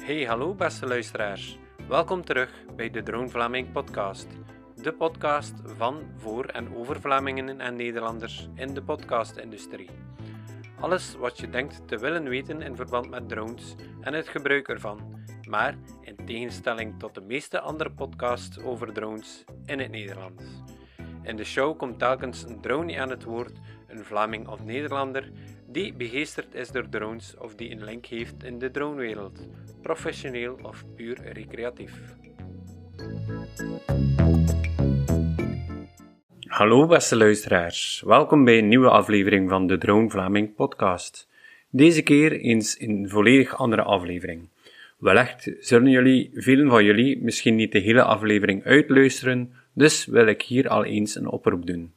Hey, hallo beste luisteraars. Welkom terug bij de Drone Vlaming podcast. De podcast van, voor en over Vlamingen en Nederlanders in de podcastindustrie. Alles wat je denkt te willen weten in verband met drones en het gebruik ervan. Maar in tegenstelling tot de meeste andere podcasts over drones in het Nederlands. In de show komt telkens een drone aan het woord, een Vlaming of Nederlander, die begeesterd is door drones of die een link heeft in de dronewereld, professioneel of puur recreatief. Hallo beste luisteraars, welkom bij een nieuwe aflevering van de Drone Vlaming podcast. Deze keer eens een volledig andere aflevering. Wellicht zullen velen van jullie misschien niet de hele aflevering uitluisteren, dus wil ik hier al eens een oproep doen.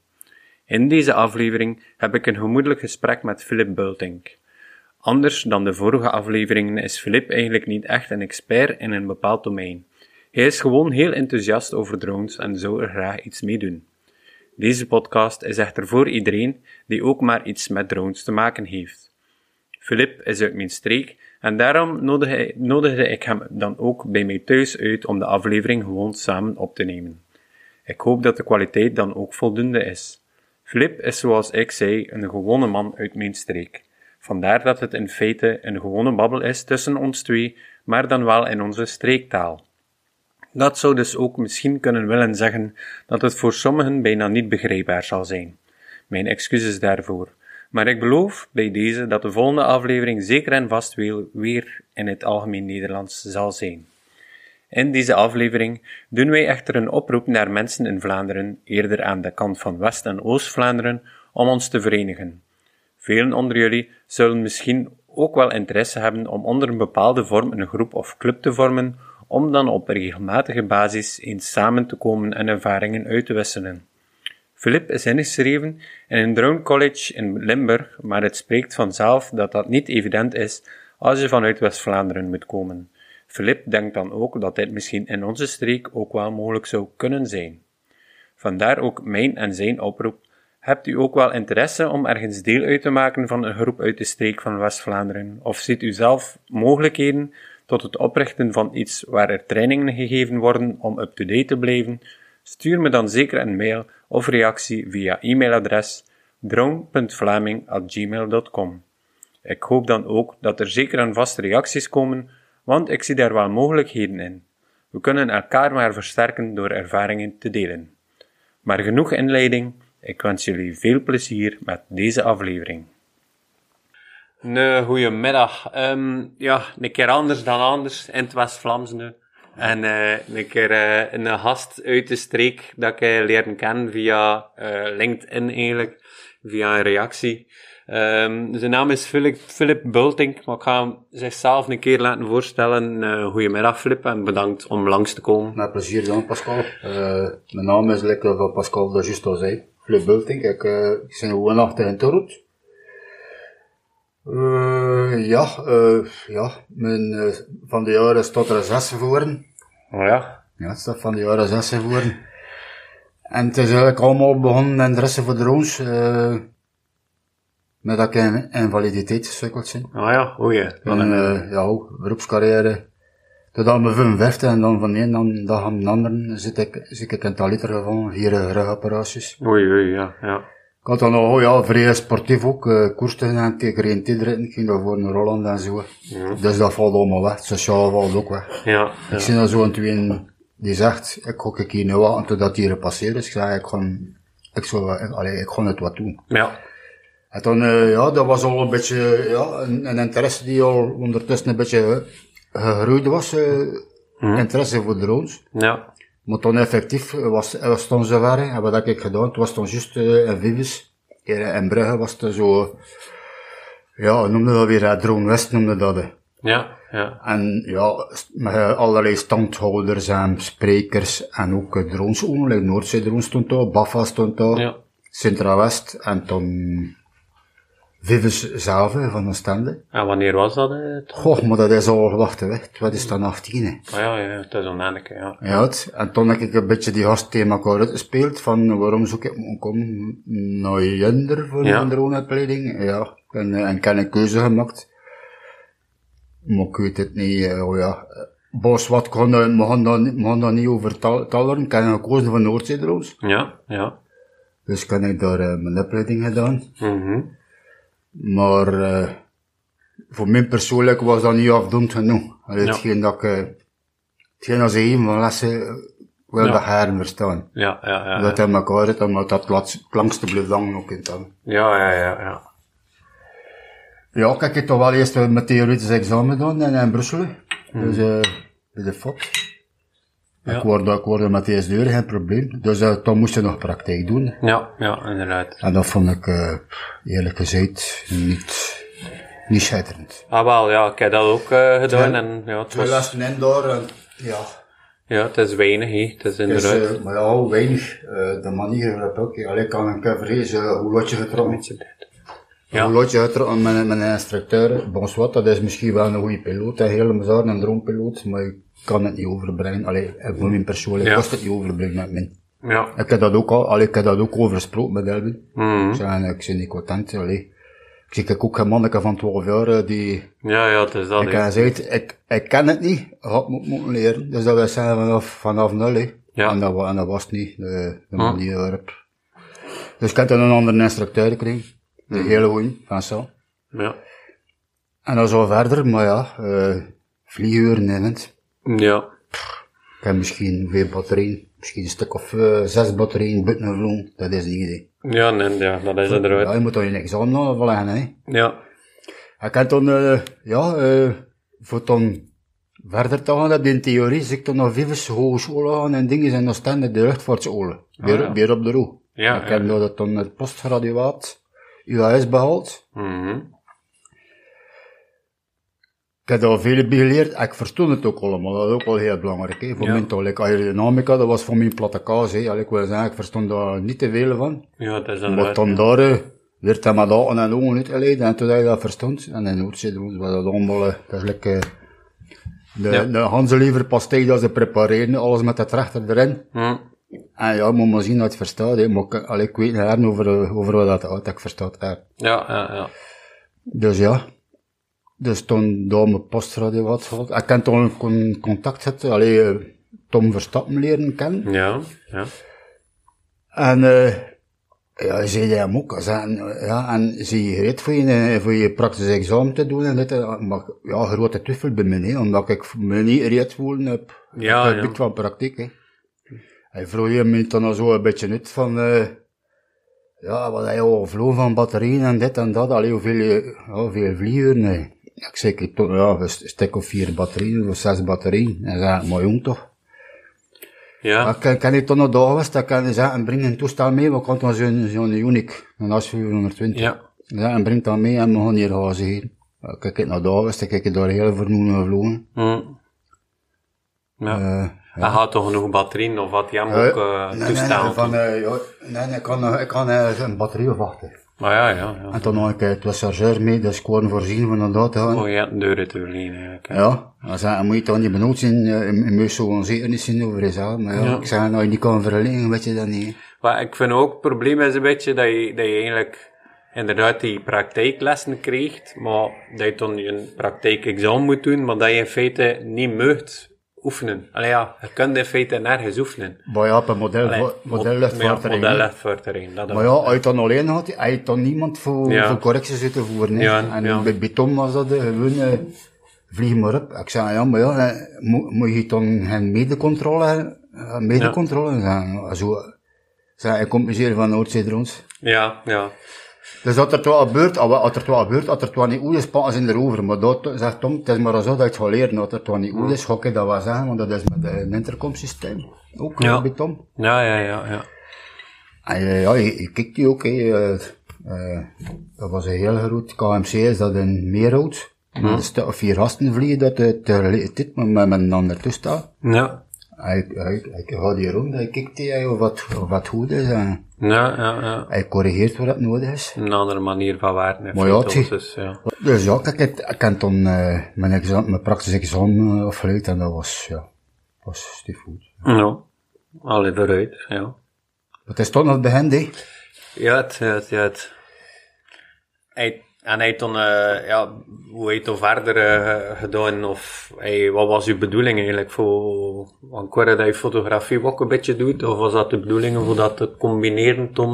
In deze aflevering heb ik een gemoedelijk gesprek met Philip Bultink. Anders dan de vorige afleveringen is Philip eigenlijk niet echt een expert in een bepaald domein. Hij is gewoon heel enthousiast over drones en zou er graag iets mee doen. Deze podcast is echter voor iedereen die ook maar iets met drones te maken heeft. Philip is uit mijn streek en daarom nodigde ik hem dan ook bij mij thuis uit om de aflevering gewoon samen op te nemen. Ik hoop dat de kwaliteit dan ook voldoende is. Philip is zoals ik zei een gewone man uit mijn streek. Vandaar dat het in feite een gewone babbel is tussen ons twee, maar dan wel in onze streektaal. Dat zou dus ook misschien kunnen willen zeggen dat het voor sommigen bijna niet begrijpbaar zal zijn. Mijn excuses daarvoor. Maar ik beloof bij deze dat de volgende aflevering zeker en vast weer in het algemeen Nederlands zal zijn. In deze aflevering doen wij echter een oproep naar mensen in Vlaanderen, eerder aan de kant van West- en Oost-Vlaanderen, om ons te verenigen. Velen onder jullie zullen misschien ook wel interesse hebben om onder een bepaalde vorm een groep of club te vormen, om dan op regelmatige basis eens samen te komen en ervaringen uit te wisselen. Philip is ingeschreven in een drone college in Limburg, maar het spreekt vanzelf dat dat niet evident is als je vanuit West-Vlaanderen moet komen. Philip denkt dan ook dat dit misschien in onze streek ook wel mogelijk zou kunnen zijn. Vandaar ook mijn en zijn oproep. Hebt u ook wel interesse om ergens deel uit te maken van een groep uit de streek van West-Vlaanderen? Of ziet u zelf mogelijkheden tot het oprichten van iets waar er trainingen gegeven worden om up-to-date te blijven? Stuur me dan zeker een mail of reactie via e-mailadres drone.vlaming@gmail.com. Ik hoop dan ook dat er zeker en vast reacties komen, want ik zie daar wel mogelijkheden in. We kunnen elkaar maar versterken door ervaringen te delen. Maar genoeg inleiding, ik wens jullie veel plezier met deze aflevering. Goeiemiddag. Een keer anders dan anders in het West-Vlaams nu. En een keer een gast uit de streek dat ik leren kennen via LinkedIn eigenlijk, via een reactie. Zijn naam is Philip Bultink, maar ik ga hem zichzelf een keer laten voorstellen. Goedemiddag Philip en bedankt om langs te komen. Met plezier dan Pascal. Mijn naam is lekker wat Pascal dat juist al zei. Philip Bultink, ik ben woonachtig in Torhout. Van de jaren staat er 6 voor. Oh ja? Ja, het staat van de jaren 6 voor. En het is eigenlijk allemaal begonnen interesse voor drones, met dat ik in invaliditeit gesukkeld zijn. Oh ja, beroepscarrière. Tot aan mijn 55 en dan van de ene dag aan de andere zit ik in het liter gevallen, 4 rugoperaties. Ja. Ik had dan nog, vrij sportief ook, koersen en georiënteerd rijden. Ik ging daar voor een Roland en zo. Ja. Dus dat valt allemaal weg. Sociaal valt ook weg. Ja. Ik zie dan zo een twee die zegt, ik ga een keer nu wachten totdat hier gepasseerd is. Ik zei, ik ga het wat doen. Ja. En dan, dat was al een beetje, een interesse die al ondertussen een beetje gegroeid was. Interesse voor drones. Ja. Maar dan effectief was het dan zover, en wat heb ik gedaan? Het was dan juist in Vives, hier in Brugge was het zo, noemde dat weer, Drone West noemde dat. Ja. En met allerlei standhouders en sprekers en ook drones, like Noordzee drone stond daar, Bafa stond daar, Sintra West en dan Vives zelf, van de stande. En wanneer was dat? Maar dat is al, wacht, wat is dan 18, hè? Ja, het is een anneke, ja. Ja, en toen heb ik een beetje die gast tegen elkaar uitgespeeld, van waarom zoek ik me komen naar Junder voor een drone-uitleiding. Ja, en ik heb een keuze gemaakt. Maar ik weet het niet, Bos, wat we gaan daar niet over talen. Ik heb gekozen voor Noordzee trouwens. Ja. Dus kan ik daar mijn opleiding gedaan. Maar voor mij persoonlijk was dat niet afdoend genoeg. Hetgeen dat ze geven van lessen wil dat heren verstaan. Dat hij elkaar het, omdat dat langste blijft hangen ook in het Ja. Ja, kijk, ik heb toch wel eerst mijn theoretisch examen gedaan in Brussel. Dus, bij de FOT. Ik word met eerste deur, geen probleem. Dus, dan moest je nog praktijk doen. Ja, inderdaad. En dat vond ik, eerlijk gezegd, niet schitterend. Ah, wel, ja, ik heb dat ook gedaan. En, ja, het was... lessen in daar, en, ja. Ja, het is weinig, hè. Het is inderdaad. Maar ja, weinig. De manier waarop ook. Ik kan een keer vrezen, hoe word je getrokken? Hoe word je getrokken met mijn instructeur? Bonsoir, dat is misschien wel een goede piloot, helemaal een droompiloot, maar ik kan het niet overbrengen. Voor mijn persoonlijk kost het niet overbrengen met mij. Ja. Ik heb dat ook overgesproken met Elwin. Ik ben niet content, Ik zie ook een manneke van 12 jaar die... Ja, het is dat, ik heb gezegd, ik ken het niet, had moeten leren. Dus dat wil zeggen vanaf nul, Ja. En dat was het niet, de manier waarop. Dus ik heb dan een andere instructeur gekregen. De hele goeie, van zo. Ja. En dan zo verder, maar ja, vlieguren in het. Ja. Ik heb misschien 4 batterijen, misschien een stuk of 6 batterijen buiten gevlogen, dat is niet idee. Ja, nee, dat is eruit. Ja, je moet dan je examen afleggen, hè. Ja. Ik heb dan, voor dan verder te gaan, dat in theorie, zie ik dan nog 5 hogescholen gaan en dingen zijn nog standaard de luchtvaartscholen. Weer op de roe. Ja. Ik heb dat dan het postgraduaat UAS behaald. Ik heb daar veel bij geleerd, ik verstond het ook allemaal, dat is ook wel heel belangrijk, hè. Voor mij toch, aerodynamica, dat was voor mij platte kaas, hè. Ik wil zeggen, ik verstond daar niet te veel van. Ja, dat is Maar dan daar, werd hij met ogen en ogen uitgeleid, en toen hij dat verstond, en in Noordzee was dat allemaal, dat is lekker, de Hanselever-pastei dat ze prepareren, alles met de trechter erin. En ja, moet maar zien dat je het verstaat, hè. Maar ik weet niet over wat dat gaat, ik versta het. Ja. Dus ja. Dus toen daar mijn postradio wat gehad. Ik heb toen contact gehad, Tom Verstappen leren kennen. Ja. En, hij zei hem ook, en zie je gereed voor je praktisch examen te doen en dit, maar ja, grote twijfel bij mij, omdat ik me niet gereed voelde op het gebied van praktijk, hè. Hij vroeg je me dan zo een beetje uit van, wat hij al vloog van batterijen en dit en dat, hoeveel vlieguren, nee. Ik zei, een stuk of 4 batterijen, of 6 batterijen. En zei, maar jong toch. Ja. Kan ik toch nog daar geweest, dan kan je zeggen, breng een toestel mee, wat kan dan zo'n Unique, een AS420. Ja. Ja, en breng dat mee en we gaan hier gazen hier. Kijk, naar daar geweest, kijk ik daar heel vernoemd gevlogen. Ja. Hij had toch genoeg batterijen, of had hij hem ook toestaan? Ik kan een batterie afwachten. Maar ja. En toen nog ik was chargeur mee, dus ik word voorzien van een data gaan. Oh, je hebt een deur te verlenen. Ja, dan moet je toch niet benoemd zijn, je moet zo onzeker niet zijn over jezelf, maar ik zeg, nou je niet kan verlenen, weet je dat niet. Maar ik vind ook, het probleem is een beetje dat je eigenlijk inderdaad die praktijklessen krijgt, maar dat je dan je praktijkexamen moet doen, maar dat je in feite niet mag oefenen. Allee ja, je kunt in feite nergens oefenen. Maar ja, op een modelluchtvaartterrein. Modelluchtvaartterrein. Maar ja, als je dan alleen had, hij had dan niemand voor correcties uit te voeren. En bij Tom was dat gewoon, vlieg maar op. Ik zei, ja, maar ja, moet je dan geen medecontrole zijn? Zo, hij komt misschien van Noordzee trouwens. Ja. Dus dat er wel gebeurt, als er wel niet goed is, pakken ze erover. Maar dat zegt Tom, het is maar zo dat je het gaat leren. Als er wel niet goed is, ga ik dat wel zeggen, want dat is met een intercomsysteem. Ook bij Tom. Ja. En je kijkt die ook, dat was een heel groot KMC, is dat in Meerhout. Een stuk of 4 gasten vliegen dat tegelijkertijd met een ander toestel. Ja. Hij gaat hier rond, hij kijkt die of wat goed is. Ja. Hij corrigeert wat het nodig is. Een andere manier van werken. Maar dus ja, kijk, ik heb toen mijn praktisch examen afgelegd en dat was stief goed. Ja, allee vooruit, ja. Het is toch nog het begin, hè? Ja, het. En hij toen, hoe heeft het verder gedaan? Of wat was uw bedoeling eigenlijk voor, want ik hoorde dat je fotografie ook een beetje doet, of was dat de bedoeling voor dat te combineren toen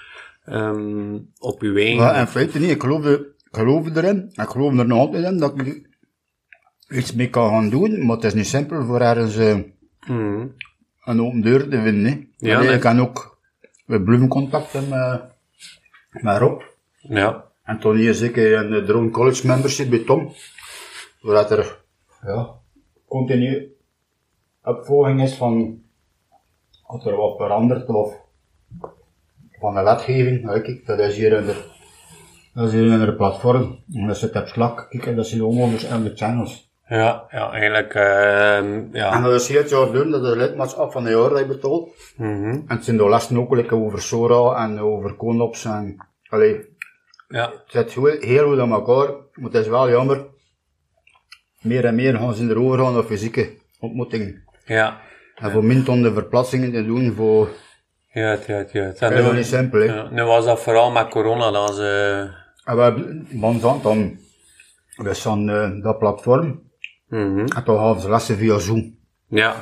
op uw eigen? Ja, in feite niet. Ik geloof erin. Ik geloof er nog altijd in dat ik iets mee kan gaan doen, maar het is niet simpel voor ergens een open deur te vinden. Hè. Ja, ik kan ook bloemencontact met Rob. Ja. En toen hier zeker een Drone College membership bij Tom, zodat er continu opvolging is van wat er wat verandert of van de wetgeving. Kijk, dat is hier in de platform. En dat zit op Slack. Kijk, dat zijn allemaal verschillende channels. Ja, eigenlijk, En dat is heel het jaar doen, dat is de lidmaatschap van de jaar dat je betaalt. En het zijn de lessen ook over Sora en over Conops en, ja. Het zit heel goed aan elkaar, maar het is wel jammer. Meer en meer gaan ze erover gaan naar fysieke ontmoetingen. Ja. En voor min de verplaatsingen te doen voor... Ja. Dat is nog niet simpel, hè. Ja, nu was dat vooral met corona dat ze... En we hebben we staan dat platform. En dan gaan ze lessen via Zoom. Ja.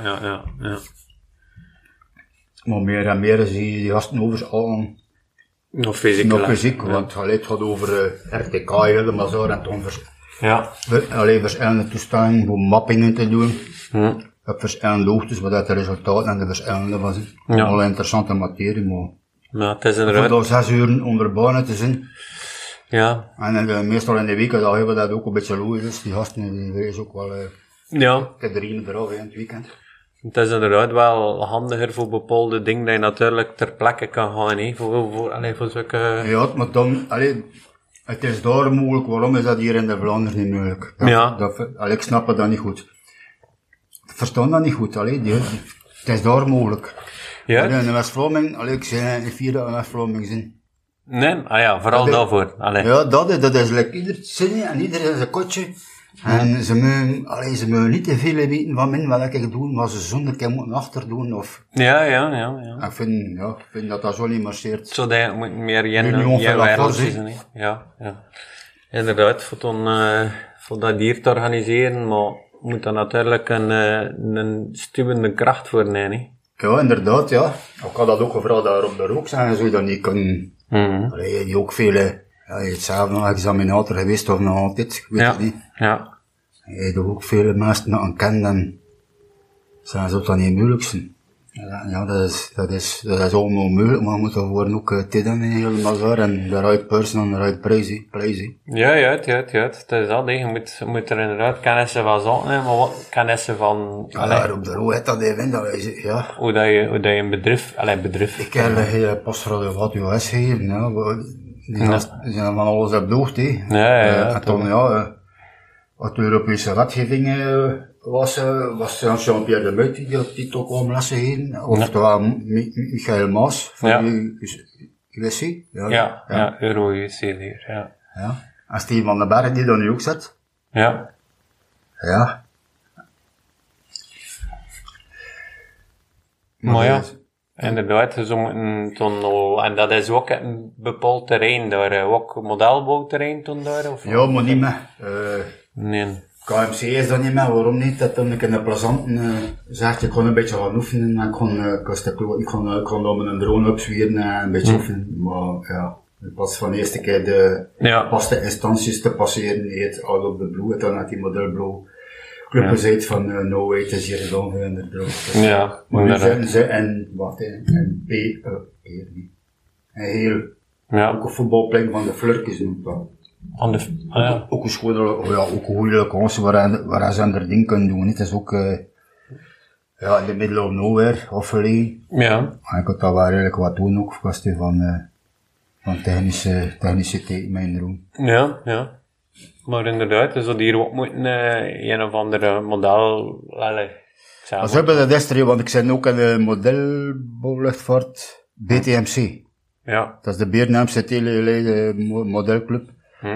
Maar meer en meer zie je die gasten overal nog fysiek, want het gaat over RTK helemaal zo en dan verschillende toestanden voor mappingen te doen. Op verschillende hoogtes, wat dat de resultaten en de verschillende was. Al interessante materie, maar het is inderdaad... Voor 6 uur onder banen te zijn. Ja. En meestal in de week, dat hebben we dat ook een beetje logisch. Die gasten, die wees ook wel... Ik 3 eraf in het weekend. Het is inderdaad wel handiger voor bepaalde dingen dat je natuurlijk ter plekke kan gaan, hè. Voor zulke... Ja, maar dan, het is daar mogelijk. Waarom is dat hier in de Vlaanderen niet mogelijk? Ik snap het dan niet goed. Ik versta dat niet goed, het is daar mogelijk. Ja. In de West-Vlaming, ik zei niet 4 dat in West-Vlaming zijn. Nee, vooral daarvoor. Ja, dat is ieder zin en ieder in zijn kotje. En ze mogen niet te veel weten van min wat ik doe, maar ze zonder keer moeten achterdoen of... Ja. Ik vind dat dat zo niet marcheert. Zo dat je moet meer wereld zijn, hè. Ja. Inderdaad, voor dat hier te organiseren, maar moet dat natuurlijk een stuwende kracht voor nemen, hè. Ja, inderdaad, ja. Ik had dat ook gevraagd daar op de rook zijn, zou je dat niet kunnen... die ook veel, je hebt zelf nog examinator geweest of nog altijd, ik weet het niet. Ja. Je hebt ook veel mensen nog aan kennen en zijn ze dat niet moeilijk zijn. Ja, dat is allemaal moeilijk, maar je moet daarvoor ook tijd in helemaal zo en de right person en de right place. Ja, het is dat, je moet er inderdaad kennissen van zaken hebben, maar wat kennissen van... Op de rood heeft dat even, ja. Hoe dat je een bedrijf... Ik heb pas voor de wat US gegeven, die zijn van alles op de hoogte, Ja. En dan, wat de Europese wetgeving was Jean-Pierre de Muit die op TikTok kwam lessen geven, oftewel Michael Maas van USC. Ja, Euro-USC hier, ja. En Steven van den Berg die daar nu ook zit. Ja. Maar ja, inderdaad, ze moeten toen al, en dat is ook een bepaald terrein daar, ook modelbouwterrein toen daar, of? Ja, maar niet meer. Nee. KMC is dat niet meer, waarom niet? Dat toen ik in de plezanten zegt, ik kon een beetje gaan oefenen en ik kon dan met een drone opzwieren en een beetje oefenen, maar ja, in plaats van de eerste keer de vaste instanties te passeren, heet Out of the Blue, dan had die modelblauw club gezegd van no way, het is hier gedaan voor in de drone. Ja, maar nu zitten ze in heel, ook een voetbalplein van de Flurkes noemt dat. Ook een school, ook een goede kansen waar ze aan er ding kunnen doen. Het is ook, in the middle of nowhere, afgelegen. Ja. En ik had daar wel redelijk wat doen ook, kwestie van technische tekenen doen. Ja. Maar inderdaad, dus dat hier ook moeten, een of andere model, Maar zo hebben dat is want ik zit ook in de modelbouwluchtvaart BTMC. Ja. Dat is de Beernaamse telegeleide modelclub.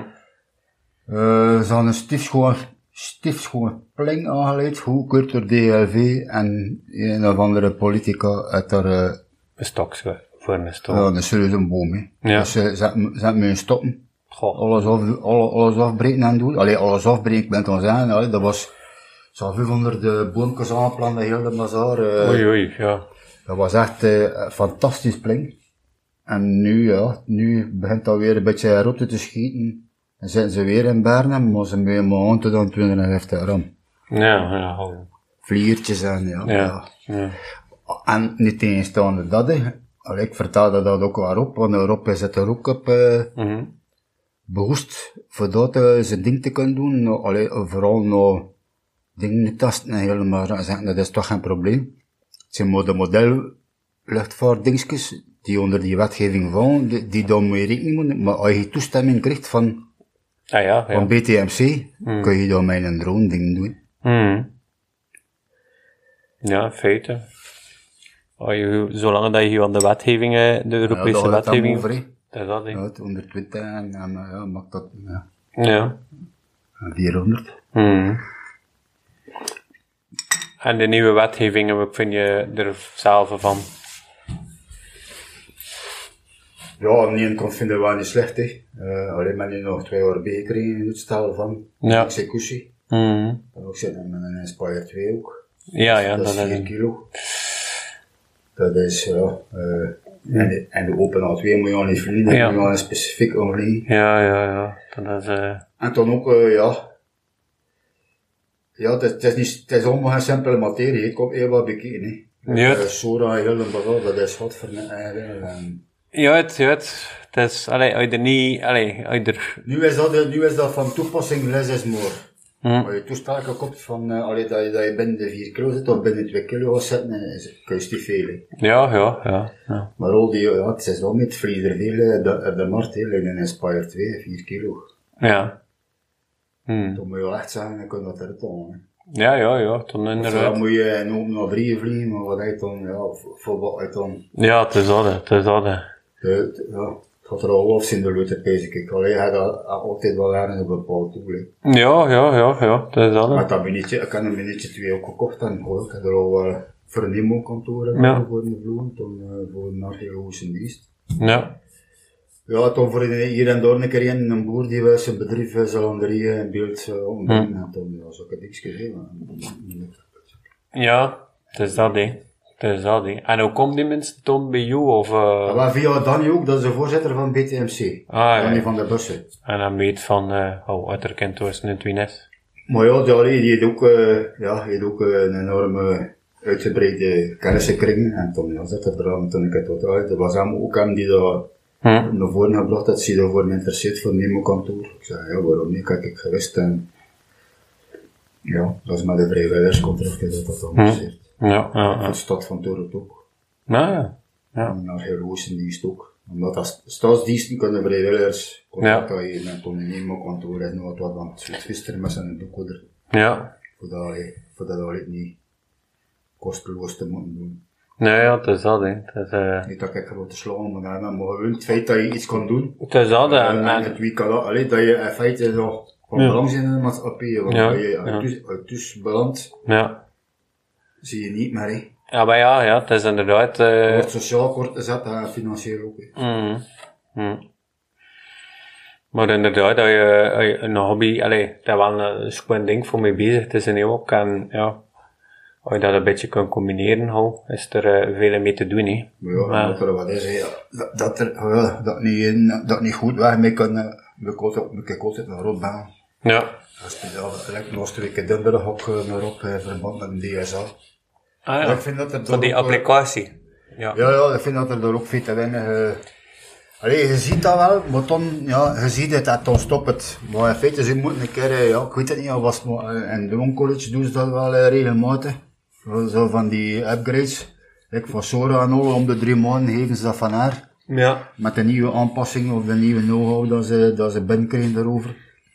Ze hadden een stiefschoon pling aangeleid, goedkeurd door DLV en een of andere politica uit daar... een stok, voor een stok. Ja, een serieuze boom, hè. Ja. Dus ze zetten me in stoppen. Alles afbreken en doen. Alles afbreken, ik ben het al zeggen. Dat was zo'n 500 boompjes aanplant, de hele bazaar. Oei, ja. Dat was echt een fantastisch plek. En nu begint dat weer een beetje rotte te schieten. Dan zitten ze weer in Bernhem, maar ze moeten mijn handen dan 52 gram. Ja. Vliertjes en ja. En niet tegenstaande dat, ik vertelde dat ook wel op, want Europa zit er ook op behoest voor dat zijn ding te kunnen doen. Vooral nog dingen testen en helemaal zeggen, dat is toch geen probleem. Het zijn maar de modelluchtvaartdingetjes die onder die wetgeving vallen, die dan moet je rekening moeten, maar als je toestemming krijgt van BTMC, kun je dan met een drone dingen doen. Ja, in feite. Zolang dat je aan de wetgeving, de Europese wetgeving... Over, dat is dat, hè. Ja, 120 en maakt dat, Ja. 400. En de nieuwe wetgevingen, wat vind je er zelf van? Ja, aan de ene kant vinden we wel niet slecht, alleen maar nu nog 2 jaar bijgekregen in het stel van executie. En ook zitten met een Inspire 2 ook. Ja, dat is 4 kilo. Dat is, en de Open A2 moet je al niet vliegen, daar moet je al een specifiek aan vliegen. Ja. Dat is, En dan ook, het is allemaal geen simpele materie, het komt heel wat bekeken, Sora, heel een bazaar, dat is wat voor een... Ja, het is, uit er niet, Nu is dat van toepassing, less is more. Maar je toestel komt van, dat je binnen de 4 kilo zit, of binnen 2 kilo gaat zitten, kun je niet veel, Ja. Maar al die, het is wel met vlieder veel, de markt, een Inspire 2, 4 kilo. Ja. Dan moet je wel echt zeggen, dan kun je dat eruit halen, Ja, dan inderdaad. Dan moet je in open naar 3 vliegen, maar wat hij dan, voor wat hij dan... Ja, het is dat, Het gaat er al af zijn de lutte bezig. Ik had altijd wel ergens een bepaald doel. Ja, dat is dat. Maar dat minuutje, ik heb een minuutje 2 ook gekocht en ik heb er al voor een Nemo-kantoor voor de vloer, dan voor een archeologische dienst. Ja. Ja, dan voor hier en daar een keer een boer die was zijn bedrijf, zalanderie in beeld ontdekken en dan zou ik het niks geven. Ja, het is dat, En hoe komt die mensen dan bij jou, of... Via Danny ook, dat is de voorzitter van BTMC. Danny van der Bussen. En dan weet van, uiterkend was het een is. Maar ja, die heeft ook een enorme uitgebreide kennissenkring. En toen zat er dan, toen ik het wat uit, dat was hem ook hem die daar naar voren gebracht, dat ze daarvoor geïnteresseerd voor een Nemo-kantoor. Ik zei, waarom niet, kijk ik gewist en dat is met de vrijwilligerscontract dat dan geïnteresseerd. De stad van Torot ook. Ja. En archeologische dienst ook. Omdat als staatsdiensten kunnen vrijwilligers contract dat je met een Nemo-kantoor is nog wat aan het Zwitserland met zijn boekhoeder. Ja. Voor dat al niet kosteloos te moeten doen. Ja, het is dat, Niet dat ik grote slaan, maar gewoon het feit dat je iets kan doen. Het is dat, en het weekend, dat je in feite nog van belang zijn in de maatschappij, want als je uit tussenbeland, zie je niet meer, Ja, maar het is inderdaad... wordt sociaal kort gezet en financieel ook, Maar inderdaad, dat je een hobby, dat is wel een schoon ding voor mee bezig te zijn ook, en als je dat een beetje kan combineren, is er veel mee te doen, Maar dat er wat is, dat niet goed weg mee kunnen, moet ik altijd naar Rob bellen. Ja. Naast de week in Dunberg ook naar Rob, verband met een DSA. Ik vind dat er van die applicatie. Ja, ik vind dat er ook veel te weinig... je ziet dat wel, maar dan, je ziet het en dan stopt het. Maar in feite, ze moeten een keer, ik weet het niet, in de college doen ze dat wel regelmatig. Zo van die upgrades. Van Sora en al, om de 3 maanden geven ze dat van haar. Ja. Met de nieuwe aanpassing of de nieuwe know-how dat ze binnenkrijgen daarover.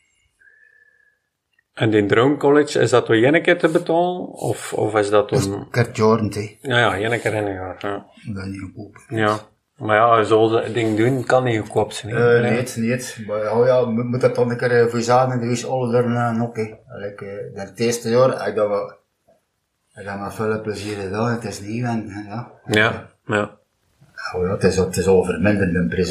En in Drone College, is dat door één keer te betalen? Of is dat om... Een keer jorend, Ja, één keer in een jaar, Dat is niet goedkoop. Ja. Maar zo dat ding doen, kan niet goedkoop zijn. Niet. Maar je moet dat dan een keer voor je zagen, en er is alles er nog, het eerste jaar, ik dat met veel plezier gedaan, het is nieuw en Ja. Het is al verminderd in prijs,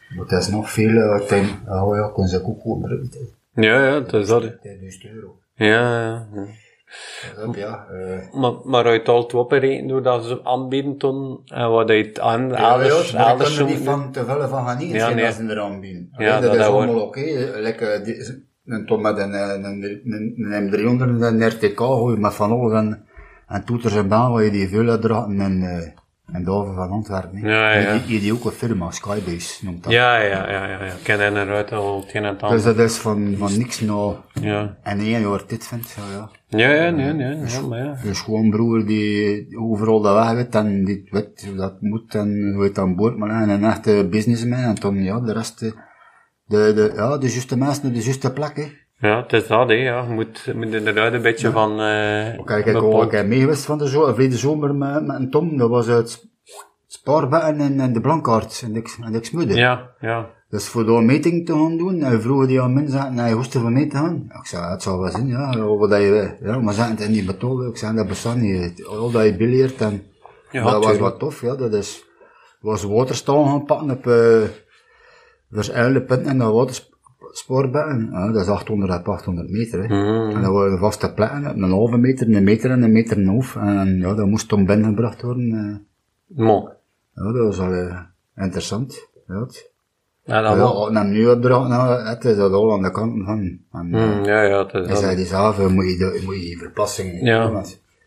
Maar het is nog veel tijd. Ja, kon ze ook gebruiken. Ja, dat is dat. €1000. Ja. Ja. Maar uit al het oprekenen doordat ze aanbieden toen, en wat je het aan elders doen. Ik kan er niet van te veel van gaan eten, als ze er aanbieden. Ja, dat is allemaal oké. Lekker een ton met een M300 en een RTK gooien met van alles en toeters en baan waar je die vullen dragen en de haven van Antwerpen. Ja. Die ook een firma, Skybase noemt dat. Ja. Ik ken hen eruit al het een en het ander. Dus dat is van niks nou. Ja. En één jaar dit vindt, ja. Ja, maar ja. Dus gewoon broer die overal dat weg weet en die weet hoe dat moet en hoe het aan boord moet leggen en een echte businessman en dan ja, de rest, de juiste mensen op de juiste plek, hè. Ja, het is dat, hè, ja. Je moet inderdaad een beetje van, Kijk, ik al een keer mee geweest van verleden zomer met een Tom, dat was het spaarbetten en de blankaart en de smudde. Ja. Dus voor daar een meeting te gaan doen, en vroegen die aan mensen zaten, hij hoest er van mee te gaan. Ik zei, het zal wel zijn, wat je, maar zaten het niet betalen. Ik zei, dat bestaat niet. Al dat je billeert en, dat was wat tof, ja, was waterstal gaan pakken op, verschillende punten en dat waterspoorbetten. Ja, dat is 800 op 800 meter, hè. En dat waren vaste plekken, een halve meter, een meter en een meter en een half. En ja, dat moest om binnengebracht worden. Mooi. Ja, dat was al interessant, ja. En nu opdracht, het is dat al aan de kanten van. Het is dat. Hij die haven moet je verplassing. Ja.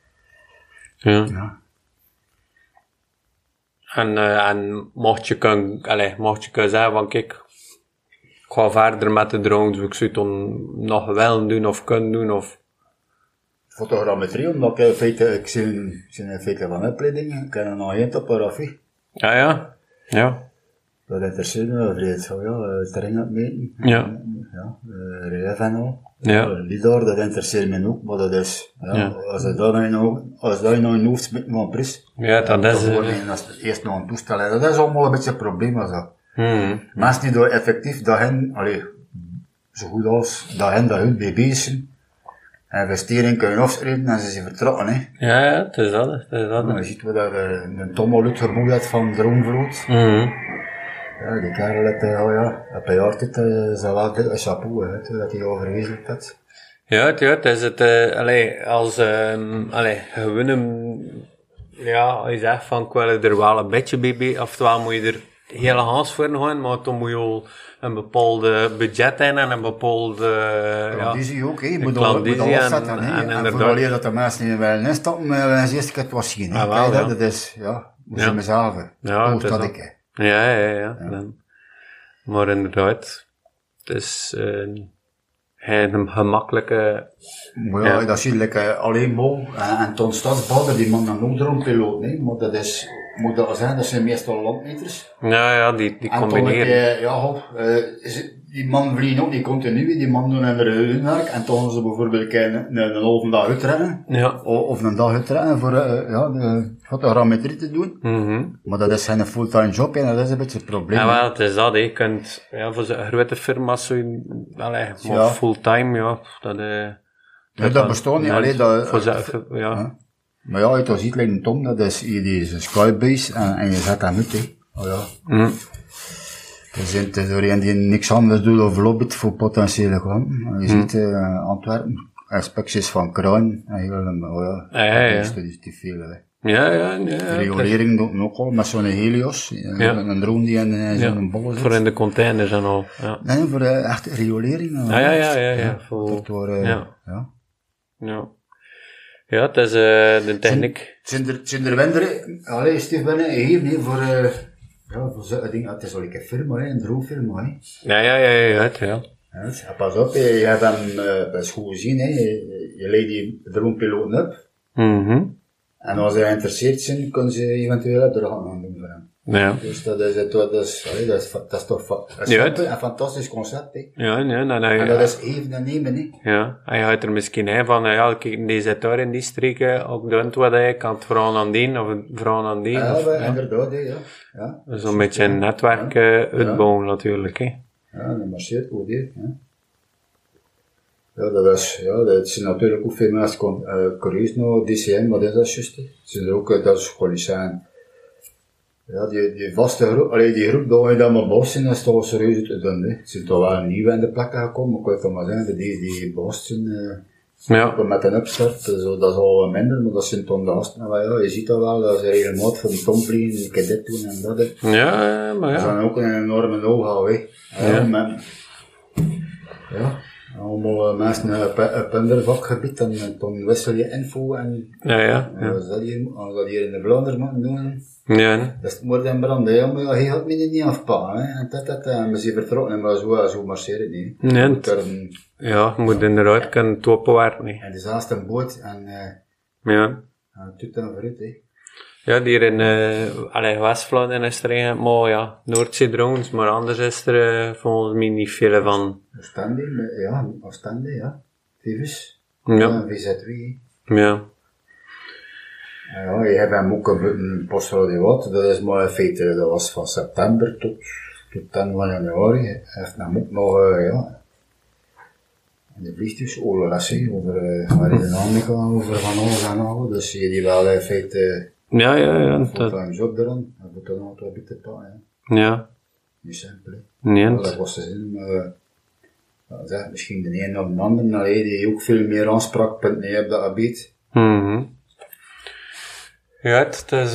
En mocht je kunnen zeggen van kijk, ik ga verder met de drones, ik zou het dan nog wel doen of kunnen doen of... Fotogrammetrie, omdat ik in feite, in feite van opleiding, ik heb een agent op topografie. Ja. Dat interesseert me, vrede, terrein opmeten. Relief en al. Lidar, dat interesseert me ook, maar dat is, als je dat in een hoofd smit van prijs. Ja, dat is... Eerst nog een toestel, dat is allemaal een beetje een probleem als dat. Mensen die daar effectief zo goed als dat hun mee bezig zijn, investering kunnen afschrijven en ze zijn vertrokken, hè. Ja, het is dat. Je ziet wat dat een Tom uitgeboeid heeft van Dronevloot. Ja, die kerel heeft, een paar jaar dit, zal wel een chapeau, hè, dat hij overwezenlijk had. Ja, het is het, als, gewoon je zegt van, ik wil er wel een beetje bij, oftewel moet je er hele haast voor gaan, maar dan moet je al een bepaalde budget in en een bepaalde, klandizie ook, hè. Je moet al afzetten, hè. En vooral dat de mensen niet willen instappen, maar ze eerst het was zien, hè. Kijk, dat is, moet je mezelf, dat dat ik, hè. Ja. Maar inderdaad, het is een gemakkelijke... Maar dat zie je alleen maar, en Ton Stadsbader, die man dan ook dronepiloot, nee, maar dat is, moet dat zijn, dat zijn meestal landmeters. Ja, die combineren. Die man vliegen ook niet continu, die man doen hun werk, en toch gaan ze bijvoorbeeld een halve dag uitrennen, of een dag uitrennen voor de fotogrammetrie te doen. Maar dat is geen fulltime job, en dat is een beetje het probleem. Ja, wel, het is dat, je kunt, voor zo'n grote firma's, maar fulltime, dat bestaat niet, alleen dat... Maar ja, je ziet een Tom, dat is een Skybase, en je zet hem uit, hè. Er zijn doorheen die niks anders doet of lobbyt voor potentiële klanten. Je ziet Antwerpen, inspecties van kraan, dat is te veel, hè. Regulering doet men ook al, met zo'n Helios, een drone die in zo'n bol zit. Voor in de containers en al, Nee, voor echt regulering. Ja, het is de techniek. Zijn er wenderen, Steve, binnen, hier, nee, voor zo'n ding, het is wel een firma, een drone-firma, hè. Ja. Pas op, je hebt hem bij school gezien, hè. Je leidt die dronepiloten op. En als ze geïnteresseerd zijn, kunnen ze eventueel opdrachten aan doen voor hem. Ja. Dus dat is toch een fantastisch concept, hè. En dat is even en nemen, hè. Ja, en je gaat er misschien heen van, kijk, die zit daar in die streken, ook doet wat hij kan het vragen aan die, of vragen aan die. Inderdaad, hè, ja. Dus een beetje een netwerk uitbouwen natuurlijk, hè. Ja, dat marcheert goed, hè. Ja, dat zijn natuurlijk ook veel mensen curieus naar DCM, wat is dat juist, hè. Zijn er ook, dat is gewoon niet zijn, Ja, die vaste groep, die groep dat je dan maar boos zijn, dat is toch serieus uit te doen, hè. Ze zijn toch wel nieuw in de plekken gekomen, maar ik weet toch maar zeggen, die boos zijn, met een upstart, zo, dat is al wat minder, maar dat zijn toch de gasten, maar ja, je ziet dat wel, dat ze regelmatig van die tom vliegen, ik heb dit doen en dat, hè. Ja, maar ja. Dat is dan ook een enorme know-how, hè. Ja. Allemaal mensen op hun vakgebied en dan wissel je info en als dat hier in de Vlaanderen moeten doen, dat is het moord en branden. Ja, maar hij gaat me niet afpakken, hè. En we zijn vertrokken, maar zo marcheert het niet. Nee, je moet inderdaad kunnen toppen niet. En dus haast een boot en het doet dan vooruit, hè. Ja, hier in West-Vlaanderen is er eigenlijk maar Noordzee-drones, maar anders is er volgens mij niet veel van. Oostende, ja. Vivus. VZW. Ja. Ja, je hebt hem ook een postrood wat, dat is maar in feite, dat was van september tot 10 van januari. Hij heeft hem ook nog, in de vliegtuigsoorlog, over aerodynamica, over van alles en alles, dus zie je die wel in feite... Fulltime job eraan, dat moet dan altijd een beetje pakken, ja. Niet simpel, hè. Nee. Dat was te zien, maar misschien de een of de ander, die ook veel meer aanspraakpunten heeft op dat gebied. Ja, het is,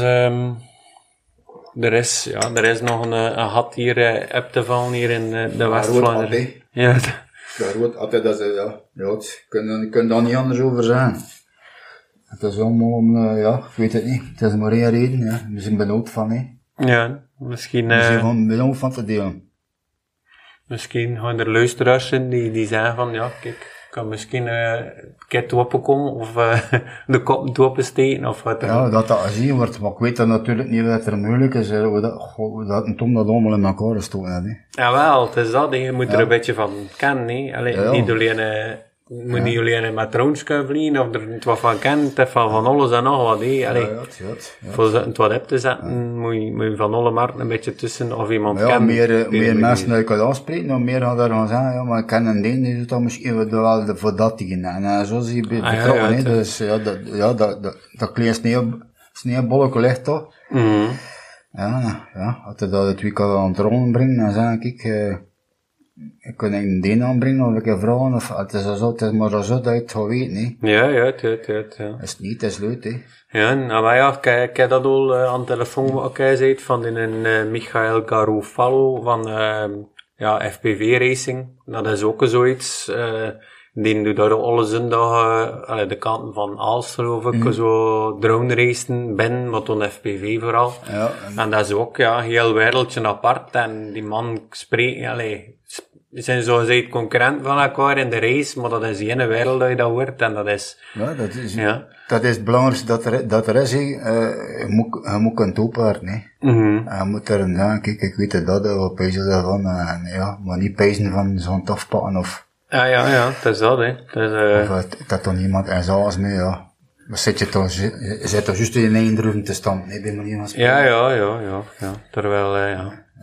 er is nog een gat hier op te vallen hier in de West-Vlaanderen. Ja. Dat rood, altijd dat ze, je kunt daar niet anders over zijn. Het is allemaal, ik weet het niet. Het is maar één reden, ja. We zijn benauwd van, hè. Ja, misschien... We zijn gewoon benauwd van te delen. Misschien gaan er luisteraars zijn die zeggen van, ja, kijk, ik kan misschien een keer openkomen, of de kop opensteken, of wat. Ja, dat gezien wordt, maar ik weet dat natuurlijk niet wat er moeilijk is, hoe dat een tom dat allemaal in elkaar gestoken heeft, hè. Jawel, het is dat, je moet er een beetje van kennen, hè. Allee, niet alleen... Je moet niet alleen met drones kunnen vliegen, of er wat van kennen, het is van alles en nog wat, hè. Allee, voor het wat op te zetten, moet je van alle markten een beetje tussen, of iemand kennen. Meer mensen dat je kan aanspreken, dan meer gaan daar gaan zeggen, ja, maar ik ken een ding, die doet dat misschien wel voor dat dingen. En zo zie je betrokken, hè. Dus, dat kleine sneeuwbolletje ligt toch. Als je dat het weekend aan het rollen brengt, dan zeg ik kan een ding aanbrengen, of ik heb vragen, of het is maar zo dat je het gaat weten, hè. Ja. Het is niet, het is leuk, hè. Ja, maar ja, ik heb dat al aan de telefoon wat ik zei, van een Michael Garofalo van FPV Racing. Dat is ook zoiets, die doet daar alle zondag de kanten van Aalst, geloof ik, zo drone racen binnen, maar dan FPV vooral. Ja, en dat is ook, heel wereldje apart, en die man spreekt, die zijn zogezegd concurrent van elkaar in de race, maar dat is de ene wereld dat je dat hoort, en dat is... Dat is het belangrijkste dat er is, hè. Je moet kunnen toepaarden, hè. Je moet er kijk, ik weet dat, wat pijzen daarvan, maar niet pijzen van zo'n afpakken, of... Ja, het is dat, hè. Of dat dan iemand en zoals mee, ja. Maar zit je toch juist in één droom te staan, nee, bij manier van spreken. Ja, terwijl,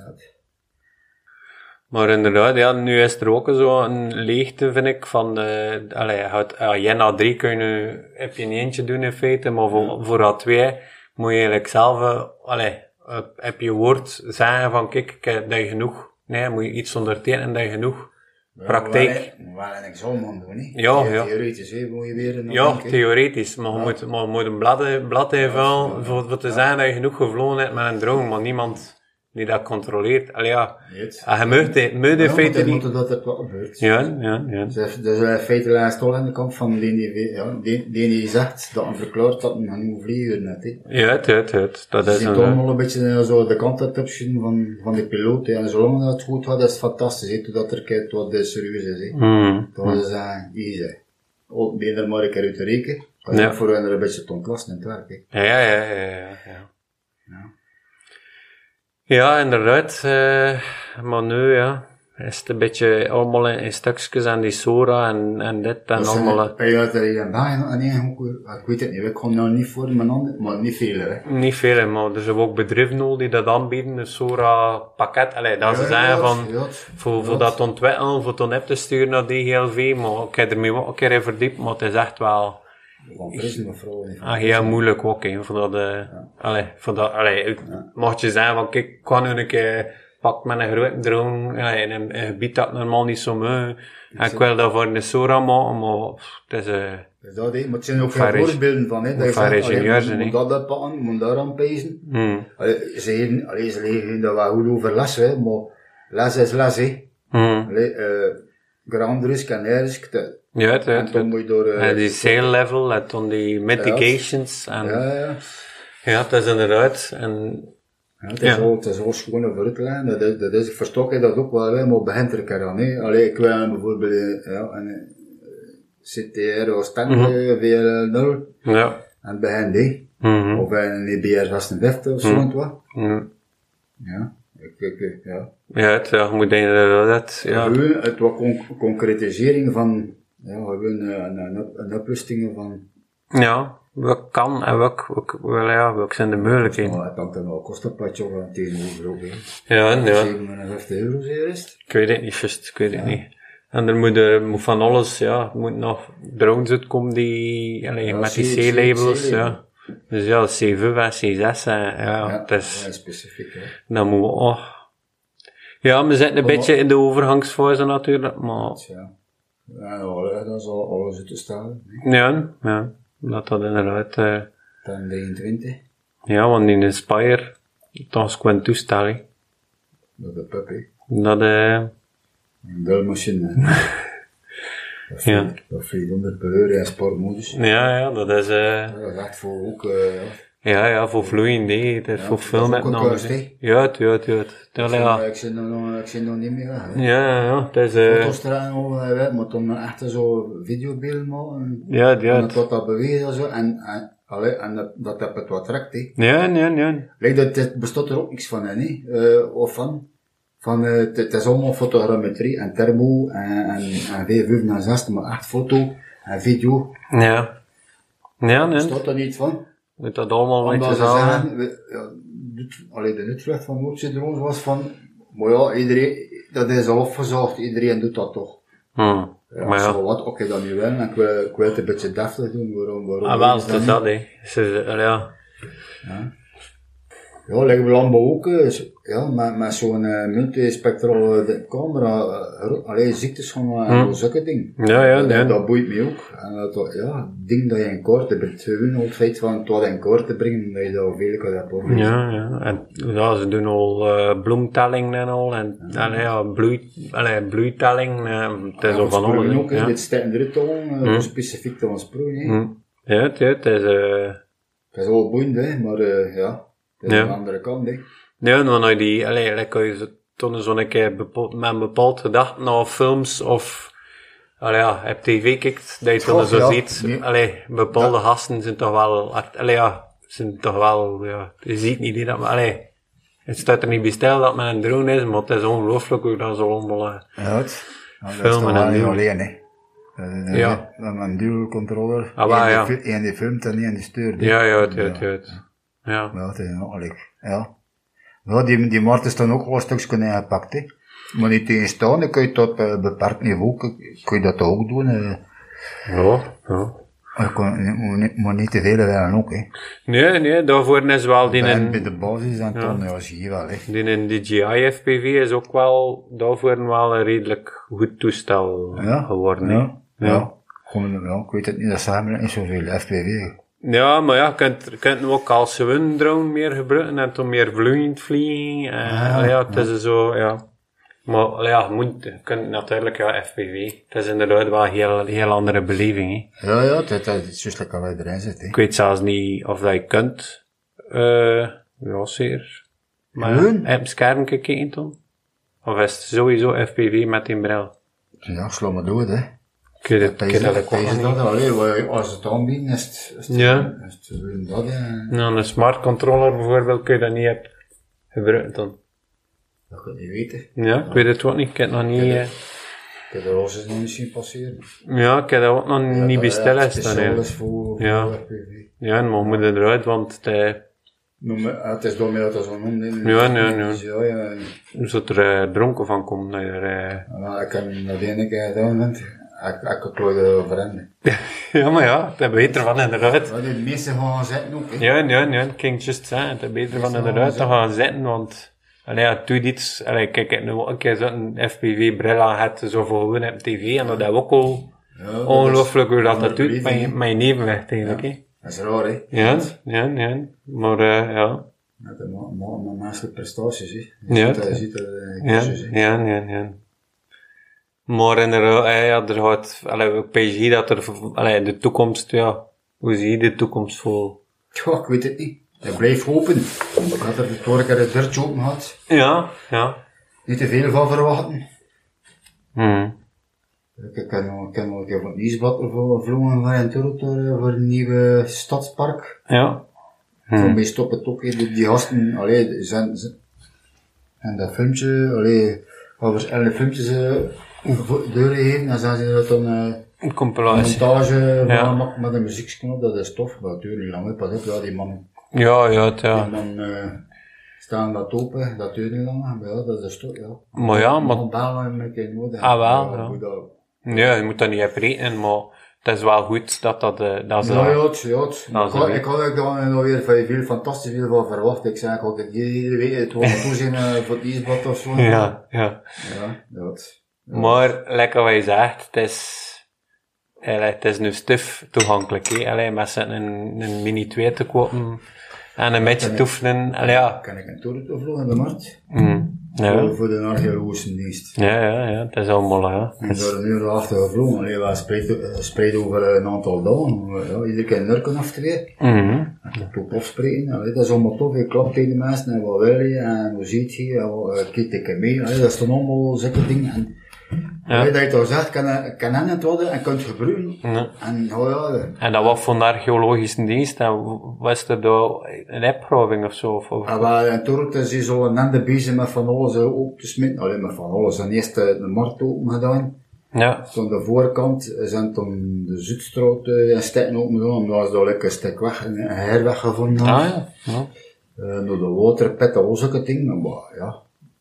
Maar inderdaad, nu is er ook zo een leegte, vind ik, van jij na 3 heb je een eentje doen in feite, maar voor A2 moet je eigenlijk zelf, heb je woord zeggen van, kijk, dat je genoeg, moet je iets ondertekenen en dat je genoeg praktijk. Maar wel een examen doen, niet? Ja. Theoretisch, hè, moet je weer theoretisch, maar je moet een blad hebben voor te zeggen dat je genoeg gevlogen hebt met een drone, maar niemand die dat controleert. Je moet in feite niet... dat er wat gebeurt. Ja. Dus in feite lijst al aan de kant van die zegt, dat hij verklaart dat hij niet vliegen net, hè. Ja, dat is toch allemaal een beetje zo de kant uit van de piloot, hè. En zolang dat het goed gaat, is het fantastisch, hè. Totdat er kijkt wat serieus is, hè. Dat is easy. Ook ben je er maar een keer uit te rekenen. Dat is ook voor hen er een beetje te ontlasten in het werk, hè. Ja. Ja, inderdaad. Maar nu, is het een beetje allemaal in stukjes en die Sora en dit en allemaal. Ben je uit ik weet het niet, ik kon nou niet voor mijn handen, maar niet veel, hè. Niet veel, maar er zijn ook bedrijven nodig die dat aanbieden, een Sora pakket, dat ze zeggen van, voor dat te ontwikkelen, voor het op te sturen naar DGLV, maar ik heb er me ook een keer in verdiept, maar het is echt wel Van prison of vrouwen. Heel moeilijk ook, hè. Mocht je zeggen van, kijk, ik kan nu een keer pak met een grote drone, in een gebied dat normaal niet zo mooi. En ik wil dat voor een Sora maken, maar het is, maar het zijn ook veel voorbeelden van, hè. Dat je zegt, moet dat pakken, moet daar aan pezen. Ze leren dat wel goed over les, hè, maar les is les, hè. Grand risk en high risk. En dan moet je door... die sale level, en dan die mitigations, en... Ja, het is inderdaad, en... Het is al schoon voor het lijn, dat is, ik verstok dat ook wel, hè, maar begint er een keer aan, hè. Ik wil bijvoorbeeld, een CTR Oostende, VL0, en begin die. Of een EBR 56 of zo, en wat. Ja. Je moet denken dat het, het was concretisering van, gewoon een oplusting van... Ja, wat kan en welke zijn de mogelijkheden? Het hangt dan wel een kostenplatje of tegenover ook, hè. Ja. €57 zeer is het? Ik weet het niet, juist, ik weet het niet. En er moet van alles, er moet nog drones uitkomen die, met die C-labels, Dus C5 en C6, het is... specifiek, hè. Dan moeten we, we zitten een beetje in de overgangsfase natuurlijk, maar... Dat is alles uit te staan. Ja, dat inderdaad... Dan 23. Ja, want in de Spire, toch is een toestel, hè. Dat de pup, hè. Dat, een delmachine, dat vliegt 100 per uur in sportmodus. Ja, dat is... dat is echt voor ook, voor vloeiend, hè. Het is voor film met naam. Ja. Ik zie nog niet meer. Ja, het is... Foto's eruit, maar dan echt zo videobeelden maken. Ja. En dat beweegt en zo, en dat heb het wat trekt, hè. Ja. Het bestaat er ook niks van, hè, of van. Het is allemaal fotogrammetrie en thermo en V5 en 6, maar echt foto en video. Ja. Er staat er niet van. Moet dat allemaal wat je zeggen? De uitvlucht van Noordzee drones was van, maar iedereen, dat is al opgezocht, iedereen doet dat toch. Maar zo wat, oké, dan nu wel, en ik wil het een beetje deftig doen, waarom wel, dat is dat, hè. Ja, leggen we landbouw ook, met zo'n multispectrale camera, ziektes van zulke dingen. Dat boeit me ook. En dat ding dat je in kaart brengt, gewoon al het feit van het wat in kaart te brengen, dat je dat veel kan hebben. En ze doen al bloemtelling en al, en bloeitelling, het is al van alles. Ook, dit stijgt eruit al, specifiek te van sproeien. Ja, het is... Het is wel boeiend, hè, maar dat is aan de andere kant, hè. Ja, dan had je kan je toen zo'n keer met een bepaald gedachten naar films of, op tv kijkt, dat je toen zo ziet, bepaalde gasten zijn toch wel, je ziet niet dat, maar het staat er niet bij stil dat men een drone is, maar het is ongelooflijk hoe dat zo allemaal, filmen en doen. Alleen, hè. Met een dual controller, en die filmt en die stuurt. Die markt is dan ook wel een stukje ingepakt, hè. Maar niet tegenstaan, dan kun je tot beperkt niveau, kun je dat ook doen. Maar niet te veel willen ook, hè. Nee, daarvoor is wel die bij de basis en dan, zie je wel, hè. Die in DJI FPV is ook wel, daarvoor wel een redelijk goed toestel geworden, ik weet het niet, dat samen niet zoveel FPV. Ja, maar je kunt ook als gewoon drone meer gebruiken en dan meer vloeiend vliegen. Het is zo, Maar je kunt natuurlijk, FPV. Het is inderdaad wel een heel andere beleving, hè. Ja, het is juist lekker waar je erin zit, hè. Ik weet zelfs niet of dat je kunt. Zeer. Maar heb je scherm gekeken toen? Of is het sowieso FPV met die bril? Ja, sla me dood, hè. Als het aanbieden is het dat, een smart controller bijvoorbeeld kun je dat niet gebruiken dan. Dat kun je niet weten. Ja, ik weet het ook niet, ik heb het nog niet... Ik heb de roze nog niet zien passeren. Ja, ik heb dat ook nog niet besteld. Ja, maar we moeten eruit, want het is door mij dat zo'n onding. Je zult er dronken van komen. Ik heb dat ene keer gedaan, Ik klooide over hen. Ja, maar ja, het is beter van inderdaad. Ja, de meeste gaan zitten ook, hè. Ja, ik ging juist zeggen, het is beter van inderdaad te gaan zitten, want, doe iets, kijk, ik heb nu ook een keer zo'n FPV-bril aan gehad, zo voor gewoon op tv, en dat is ook al ongelooflijk hoe dat doet, met je nevenwicht eigenlijk, hè. Dat is raar, hè. Ja, maar, ja. Ja, dat maakt menselijke prestaties, hè. Ja, ziet dat, ja. Maar inderdaad, er gaat, ik PSG dat er, de toekomst, ja, hoe zie je de toekomst voor? Ja, ik weet het niet. Ik blijf hopen. Ik had er vorige keer een deurtje open gehad. Ja. Niet te veel van verwachten. Hmm. Ik heb nog een keer van het nieuwsblad gevlogen van Toronto voor een nieuwe stadspark. Ja. Van bij Stop het ook, die gasten, en dat filmpje, over verschillende filmpjes doorgegeven, en zijn ze dat dan Een compilatie. montage maken met een muzieksknop, dat is tof, maar het duurt niet lang, pas op, ja, die man, Ja. die man staan dat open, dat duurt niet lang, maar ja, dat is tof, ja. Maar ja, maar... Nog bellen met een nodig. Ja, je moet dat niet op rekenen, maar het is wel goed dat ze... Ja, ik had dan nog weer veel fantastisch veel van verwacht. Ik zei, ik had het iedere week het wel toezien voor het nieuwsblad of zo. Ja. Dat. Maar, lekker wat je zegt, het is nu stuf toegankelijk, hè. Met een mini 2 te kopen en een beetje toefenen, Kan ik een toer vlogen in de markt? Ja. Voor de archeologische dienst. Ja, het is allemaal, ja. En door een uur achter gevlogen, we spreid over een aantal dagen, ja, iedere keer een nurken of twee. Top afspreken, dat is allemaal tof, je klapt tegen de mensen, en wat wil je, en hoe ziet je, kijk ik mee, dat is dan allemaal zulke dingen. Dat je toch zegt, kan het worden en kunt gebruiken. En dat was van de archeologische dienst, en was er daar een opgraving of zo? En toen is hij zo een ende bezig met van alles op te smitten, alleen maar van alles. En eerst de markt open gedaan. Ja. Aan de voorkant zijn toen de Zuidstraat een stuk open gedaan, omdat ze daar lekker een stuk weg, een herweg gevonden hadden. Door de waterpet, dat was ook een ding, maar ja.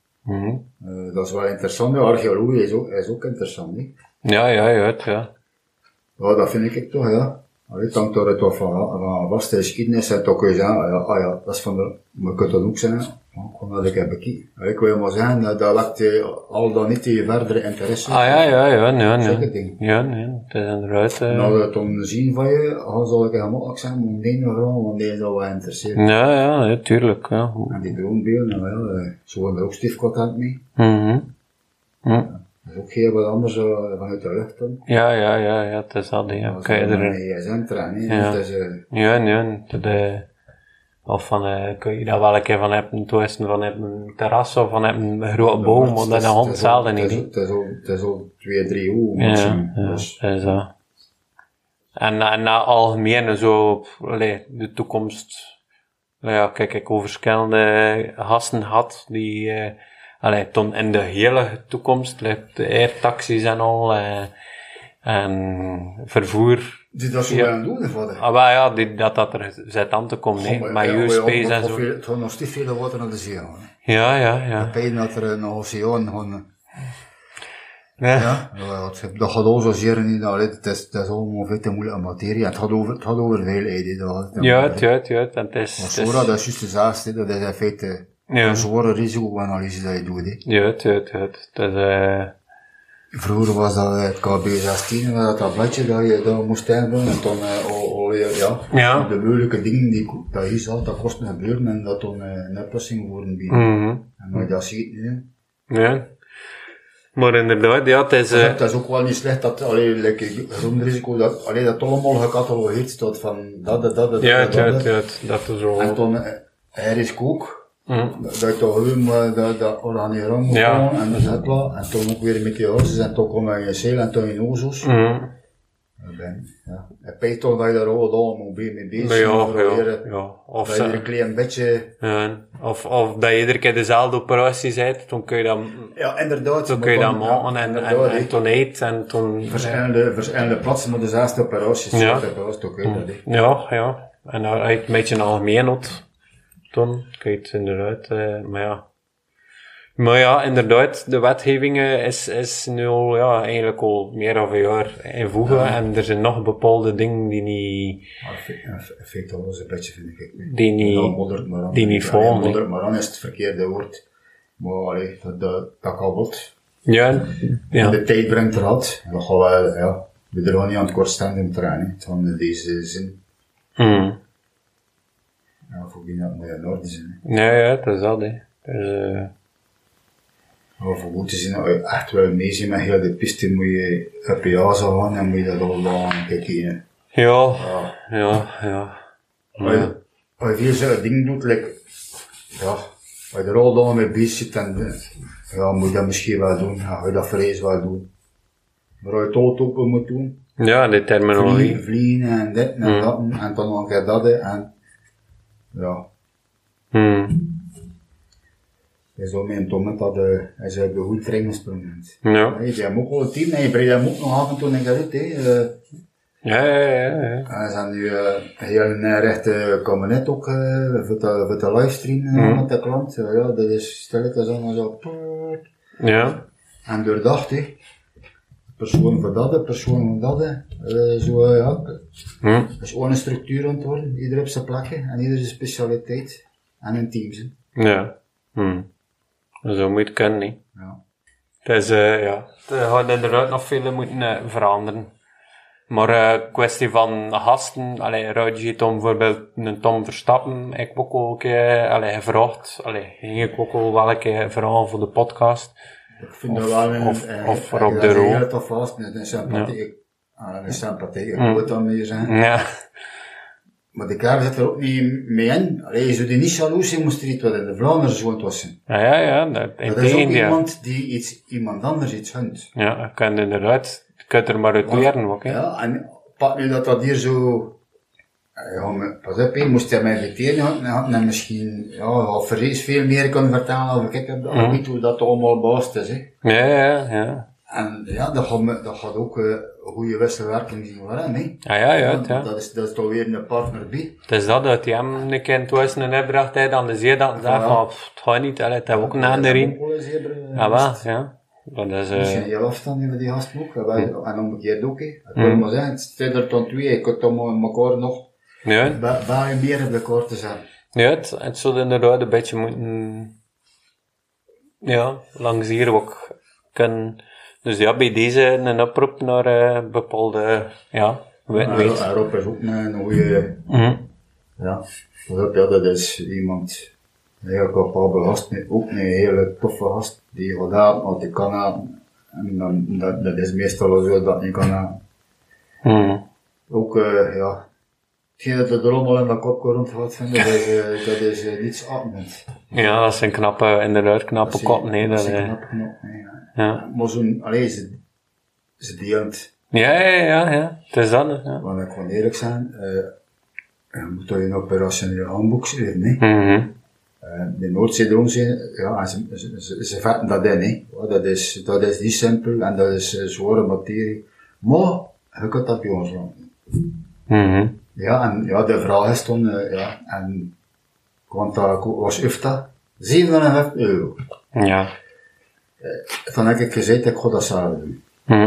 Dat is wel interessant, ja, archeologie is ook interessant, hè. Ja. Ja, dat vind ik toch, ja. Het hangt er toch van vaste geschiedenis en toch kun je zeggen, dat is van de, maar je kunt dat ook zeggen, gewoon dat ik heb bekeken. Ik wil maar zeggen, dat wekt al dan niet je verdere interesse. Nee. Ja, het is inderdaad, Nou, dat dan zien van je, zal ik helemaal zeggen, moet een vrouw, want die is al wat geïnteresseerd. Ja, tuurlijk, ja. En die droombeelden, zo hebben we ook stiefcontact mee. Dat is ook heel wat anders vanuit de lucht dan. Ja, het is dat, ja. Kan je er een ESM trainen, of kun je daar wel een keer van hebben, toesten van een terras of van een grote boom, want dat is een hond hetzelfde niet. Het is al 2-3 uur. Ja, dat is dat. En algemeen zo, de toekomst, kijk, ik over verschillende gasten had, die, toen in de hele toekomst, de airtaxis en al, en vervoer. Die dat zo aan doen, vader? Dat er zit aan te komen, met USP's en zo. Het gaat nog steeds veel water naar de zee gaan. Ja. Ik weet dat er een oceaan gaan. Dat gaat al zo zeer niet, het is allemaal veel te moeilijke materie, het gaat over veelheid. Ja, het is... Dat is juist de zaakste, dat is in feite een zware risicoanalyse dat je doet. Ja, Vroeger was dat het KB16, dat bladje dat je daar moest invullen, en dan de moeilijke dingen dat je zag, dat kost gebeuren, en dat dan een oplossing worden bieden. En dat zie je niet. Ja. Maar inderdaad, het is... Het is ook wel niet slecht dat, grondrisico, dat allemaal gecatalogeerd staat van dat. Dat is zo... En dan, er is ook, dat je toch gewoon dat organigram moet gaan, en dat is klaar, en dan ook weer met die huisjes, en dan kom je in zeil, en dan in ozels. Ik weet toch dat je daar allemaal mee bezig bent. Of dat je een klein beetje... Of dat je iedere keer dezelfde operatie bent, dan kun je dat... Ja, inderdaad. Dan kun je dat maken en toen eet en toen... Verschillende plaatsen met dezelfde operaties. Ja. Dan kun je dat, Ja. En als je een beetje algemeen had, dan kun je het inderdaad, maar ja. Maar ja, inderdaad, de wetgeving is nu al, ja, eigenlijk al meer dan een jaar in voegen. Ja. En er zijn nog bepaalde dingen die niet... Effect alles een beetje, vind ik. Die niet volgen. Moddert maar aan is het verkeerde woord. Maar allee, dat kabbelt. Ja. En de tijd brengt eruit. En dat gaan we, ja, we er gewoon niet aan het kortstanden trainen. Het gaat in deze zin. Ja, voor wie dat moet in orde zijn. Ja, dat is dat, hè. Dus, maar voor goed te zien dat je echt wel mee zit met heel de piste, moet je op je azen gaan en moet je dat al aan kijken. Ja. Als je veel zo'n ding doet, ja, als je er al dan mee bezig zit, dan ja, moet je dat misschien wel doen, ja, ga je dat vrees wel doen. Maar als je het open moet doen, ja, de terminologie. Vliegen en dit en dat, en dan nog een keer dat, en ja. Je zou met een tomat dat hij zou de goed trein gesprongen. Ja. Je hebt ook al het team en je breidt hem ook nog af en toe een keer uit, Ja. En ze zijn nu heel rechte kabinet ook voor de livestream met de klant. Ja, dat is stilletjes allemaal zo. Ja. En doordacht, hè. Persoon voor dat, persoon voor dat. Zo, ja. Dat is gewoon een structuur aan het worden. Ieder op zijn plekje en ieder zijn specialiteit. En een team. Ja. Zo moet je het kunnen, hè. Ja. Dus ja, er gaat inderdaad nog veel moeten veranderen. Maar kwestie van gasten, Ruud ziet om bijvoorbeeld een Tom Verstappen, ik heb ook al een keer gevraagd, ging ik ook al wel een keer vragen voor de podcast. Ik vind dat wel of Rob de Roo. Dat is heel vast, een sympathie, ik moet het dan meer zijn. Ja. Maar de kaart zit er ook niet mee in. Je zou die niet jaloers zijn, moest er iets wat in de Vlaanderen gewoond was. Ja, dat is ook iemand die iemand anders iets hunt. Ja, je kunt inderdaad, je kunt er maar uit leren ook, hè. Ja, en pak nu dat hier zo, pas op, moest hij mij inviteren, dan misschien, ja, vrees veel meer kunnen vertellen over, ik heb weet hoe dat allemaal baast is, hè. Ja. En ja, dat gaat ook goede wisselwerking zien voor hem, hè. Ja. Dat is toch weer een partner bij. Het is dat hij hem een keer tussen een opdracht heeft aan de zee, dat hij zegt van, het gaat niet, het heeft ook een ander in. Ja, wel, ja. Dat is, misschien heel afstand met die gasten ook, en omgekeerd ook, hè. Ik wil maar zeggen, het staat er tot twee, ik kan toch elkaar nog bij meer op de kaart te zetten. Ja, het zou inderdaad een beetje moeten, ja, langs hier ook kunnen. Dus ja, bij deze een oproep naar bepaalde, ja, weet. Daarop is ook een goede, ja, dat is iemand, een heel capabel gast, ook een hele toffe gast, die gaat aan, want die kan aan, en dan, dat is meestal zo dat niet kan aan. Ook, ja, hetgeen dat er allemaal in dat kop rond gaat vinden, dat is niets atmend. Ja, dat is een inderdaad knappe kop, nee. Dat is een knappe knop, nee. Ja. Maar zo'n, ze deelt. Ja, het is dat, ja. Want ik kan eerlijk zijn, je moet toch een operationeel handboek schrijven, hè. De Noordzee zijn, ja, ze vatten dat in, hè. Dat is niet simpel en dat is zware materie. Maar, je kunt dat bij ons laten. Ja, en ja, de vraag is toen, ja, en, want dat was UFTA, €57. Ja. Dan heb ik gezegd, ik ga dat zelf doen.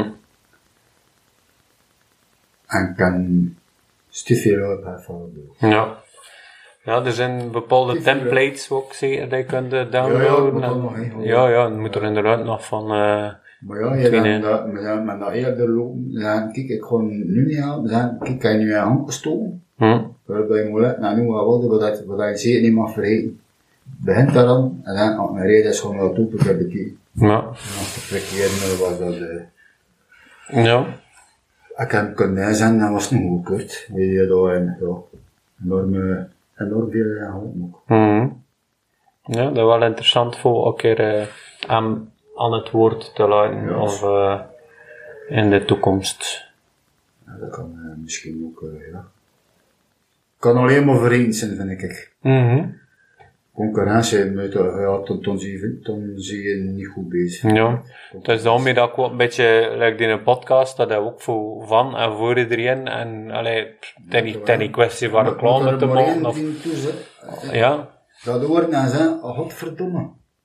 En ik kan stiefje op doen. Ja. Ja, er zijn bepaalde templates ook zeker dat je kunt downloaden. Ja, dan moet er inderdaad nog van, maar ja, je dan met dat eerder lopen, dan kijk, ik ga nu niet aan, dan kijk, kan je nu aan hand gestoken. Waarbij je moet letten, nou nu wat je zeker niet mag vergeten. Begint daar dan, en dan, als mijn reden is gewoon wel toe, ik heb bekeken. Ja. En als de verkeerde was dat, ja. Ik heb kunnen zijn, dat was nog goedkeurd. Weet je, daar enorm veel geholpen ook. Ja, dat is wel interessant voor een keer aan het woord te laten, of in de toekomst. Ja, dat kan misschien ook, ja. Kan alleen maar verenigd zijn, vind ik. Concurrentie, ja, toen zie je niet goed bezig. Ja, het is daarom dat ik ook een beetje, like in een podcast, dat ik ook voor van en voor iedereen, en het is niet kwestie van reclame te maken, of... Ja. Dat hoort en zeggen, godverdomme.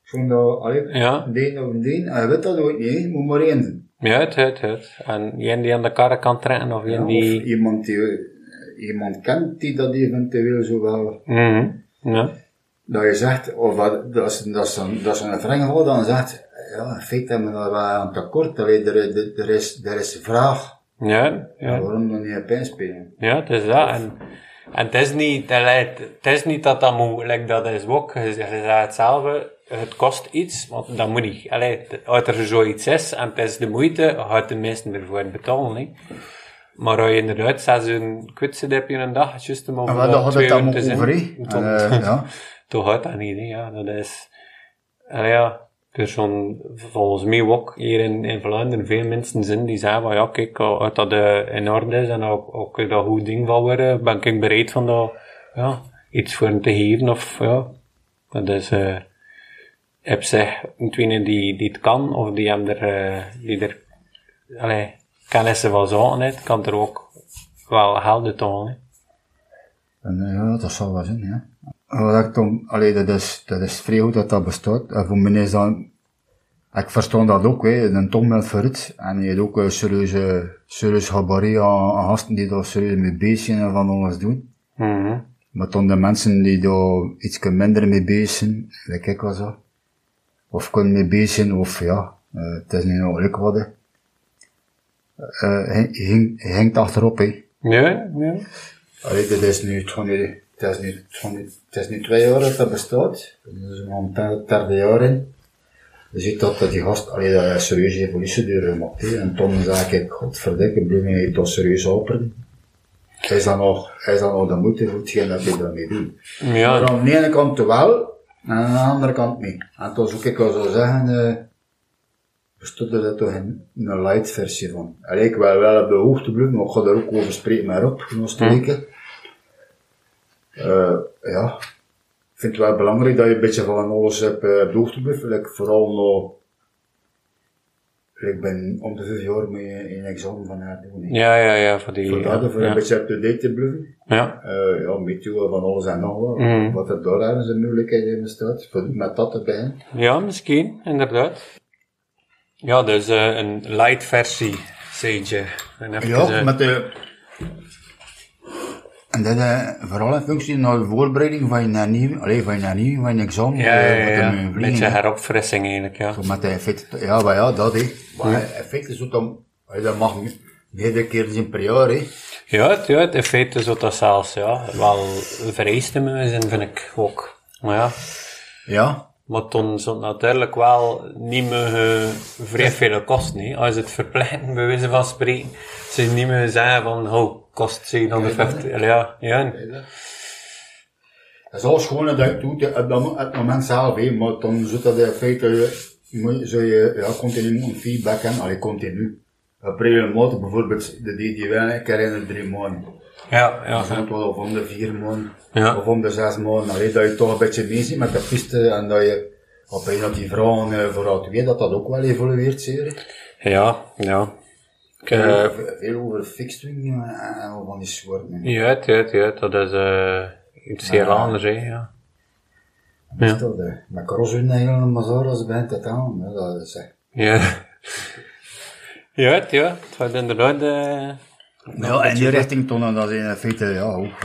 Zo'n dat, Ja. een of een deen, en je weet dat ook niet, je moet maar één zijn. Ja, het. En iemand die aan de karre kan trekken, of iemand die... Of iemand kent die dat eventueel zo wel... Ja. Dat je zegt, of dat is een vraag dan zegt, ja, in feite hebben we daar wel aan tekort, er is vraag. Ja. Waarom dan niet op inspelen? Ja, het is dat. En het is niet dat dat moet, like dat is ook, je zegt hetzelfde, het kost iets, want dat moet niet. Als er zoiets is, en het is de moeite, gaat de meesten ervoor betalen, hè. Maar als je inderdaad 6 uur kwitsen heb je een dag, juist om over 2 uur te zijn, toch gaat dat niet, hè. Ja, dat is, er zijn volgens mij ook hier in Vlaanderen veel mensen zijn die zeggen van, ja, kijk, als dat in orde is en ook dat goed ding van worden, ben ik bereid van dat, ja, iets voor hem te geven, of, ja, dat is, heb zich een die het kan, of die er kennissen van zaken heeft, kan er ook wel geld uit halen, hè. En ja, dat zal wel zijn, ja. Wat ik dan, dat is vrij goed dat dat bestaat. En voor mij is dat, ik versta dat ook, een tong met vooruit. En je hebt ook een serieuze gabarit aan gasten die daar serieus mee bezig zijn en van alles doen. Maar dan de mensen die daar iets minder mee bezig zijn, like ik was dat. Of kunnen mee bezig zijn, of ja, het is niet nog leuk wat, hè. Je hangt achterop, hè. Ja. Dat is nu, het is nu 2 jaar dat dat bestaat. Dat is nog een derde jaar in. Je ziet dat die gast, dat is serieuze evolutie doorgemaakt, hè. En toen zei ik, godverdikke, Bloemen heeft dat serieus operen. Is dat nog de moeite voor hetgeen dat je daarmee doet? Ja. Maar aan de ene kant wel, en aan de andere kant niet. En toen zou ik wel zo zeggen, bestond er toch een light versie van. Ik wil wel op de hoogte blijven, maar ik ga daar ook over spreken met Rob, nog spreken. Ja, ik vind het wel belangrijk dat je een beetje van alles op de hoogte blijft. Vooral nog, ik ben om de 5 jaar mee een examen van haar doen. Ja, voor die... Voor een beetje up-to-date te blijven. Ja, met jou van alles en nog wat. Wat er daar ergens een moeilijkheid in bestaat, met dat te beginnen. Ja, misschien, inderdaad. Ja, dus een light versie, zei je. Ja, met de... En dat vooral in functie naar de voorbereiding van je hernieuwing, van je examen. Een beetje heropfrissing eigenlijk, ja. Zo met de effecten, ja, maar ja, dat, hè. Maar effecten zo dan, dat mag meerdere keren per jaar, hè. Ja, het effect is dat zelfs, ja, wel vereist in mijn zin, vind ik ook. Maar ja. Ja. Maar toen zou het natuurlijk wel niet meer vrij veel kosten, hè. Als het verplichten, bij wijze van spreken, ze niet meer zeggen van, kost 750, ja. Dat is alles gewoon dat je doet, op het moment zelf, hè. Maar dan zit dat in feite, zou je continu een feedback hebben, continu. Op regelmatig, bijvoorbeeld, de DDW, ik herinner 3 maanden. Ja. Soms wel of om de 4 maanden, ja. of om de 6 maanden. Dat je toch een beetje mee zit met de piste en dat je, op een dat die vragen vooruit weet, dat ook wel evolueert, zeer. Ja. Veel over fixed-wing en van die soorten. Ja, dat is iets zeer anders, hè, ja. Is dat, met crosswind eigenlijk maar zo, als bent het aan, dat is Ja, het gaat inderdaad... ja, in die richting tonen, dat is in feite, ja, ook,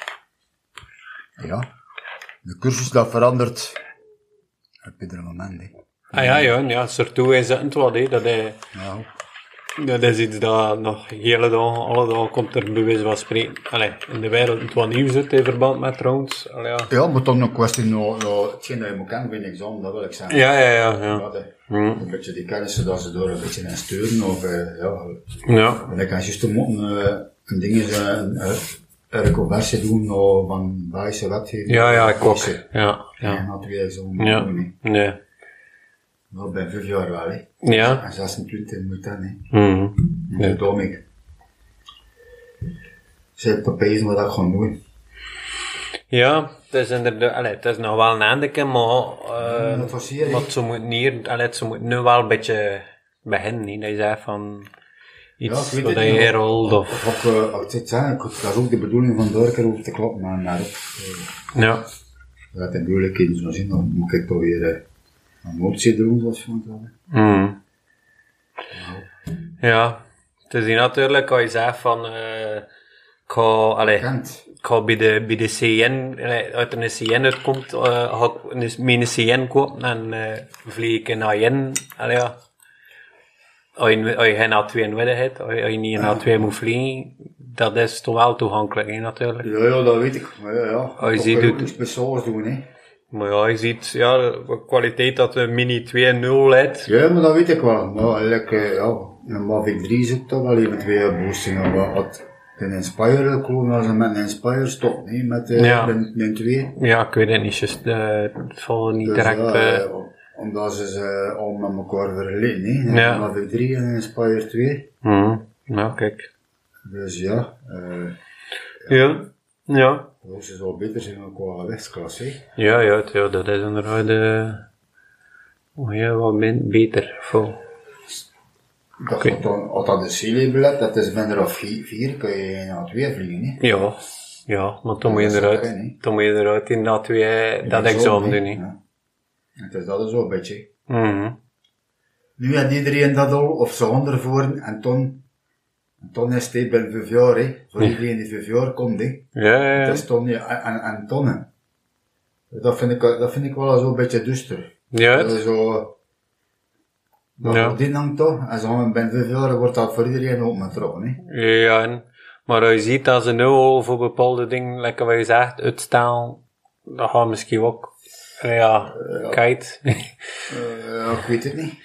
de cursus dat verandert, op ieder moment, hè. Ja, surtout is het wat, hè, dat is iets dat nog hele dagen, alle dagen komt er bij wijze van spreken. In de wereld het wat nieuws uit in verband met trouwens. Ja, maar dan een kwestie hetgeen dat je moet kennen bij een examen, dat wil ik zeggen. Ja. Een beetje die kennissen dat ze door een beetje in sturen, of Ja. En ik kan juist een ding is, een reconversie doen van Belgische wetgeving. Ja, ik ook. Ja. En dat weer zo. Nee. Nou, bij 5 jaar wel, hè. Ja. En 26 moet dan, hè. Ja. Dat ik. Ze hebben papieren wat ik gewoon doen. Ja, het is inderdaad, het is nog wel een handicap, maar, maar ze moeten hier, ze moeten nu wel een beetje beginnen, niet? Dat je zegt van, iets wat je hier rolt, of... Ik zeg, dat is ook de bedoeling van Dorker over te kloppen, maar ja. Dat in moeilijkheden zo zien, dan moet ik toch weer, Noordzee-drones was van dat. Ja, het is hier natuurlijk, als je zegt van, ik ga bij de CN, uit een CN uitkomt, ga ik mijn CN kopen en vlieg ik in AN, ja. Als je geen A2 nodig hebt, als je niet in A2 moet vliegen, dat is toch wel toegankelijk, hè, natuurlijk. Ja, dat weet ik. Maar ja. Als je ziet het speciaals doen, hè. Maar ja, je ziet, de kwaliteit dat de Mini 2.0 leidt. Ja, maar dat weet ik wel. Maar eigenlijk, een Mavic 3 zoekt toch wel even 2 boostingen. Wat een Inspire komen als ze met een Inspire stopt, hè, met de 2. Ja, ik weet het niet, just, het valt niet dus direct... omdat ze al met elkaar vergeleken, hè. Een Mavic 3 en een Inspire 2. Nou, kijk. Dus ja. Ja. Dat is wel beter zijn dan qua gewichtsklasse. Ja, dat is inderdaad wat beter voor. Als dat een C-label hebt, dat is minder of 4, kun je naar 2 vliegen, hè? Ja, maar dan moet je eruit in dat 2 dat examen doen, hè? Ja. Het is dat zo een beetje. Nu heeft iedereen dat al, of ze handen voor, en ton is het binnen 5 jaar, hè. Voor iedereen die 5 jaar komt, hè. Ja. Het is ton, en tonnen. Dat vind ik wel zo een beetje duister. Ja. Dat is zo... Dat die hangt toch, en zo binnen 5 jaar wordt dat voor iedereen opengetrokken, hè. Ja, maar als je ziet dat ze nu al voor bepaalde dingen, lekker wat je zegt, uitstellen, dat gaat misschien ook, kijk. Ik weet het niet.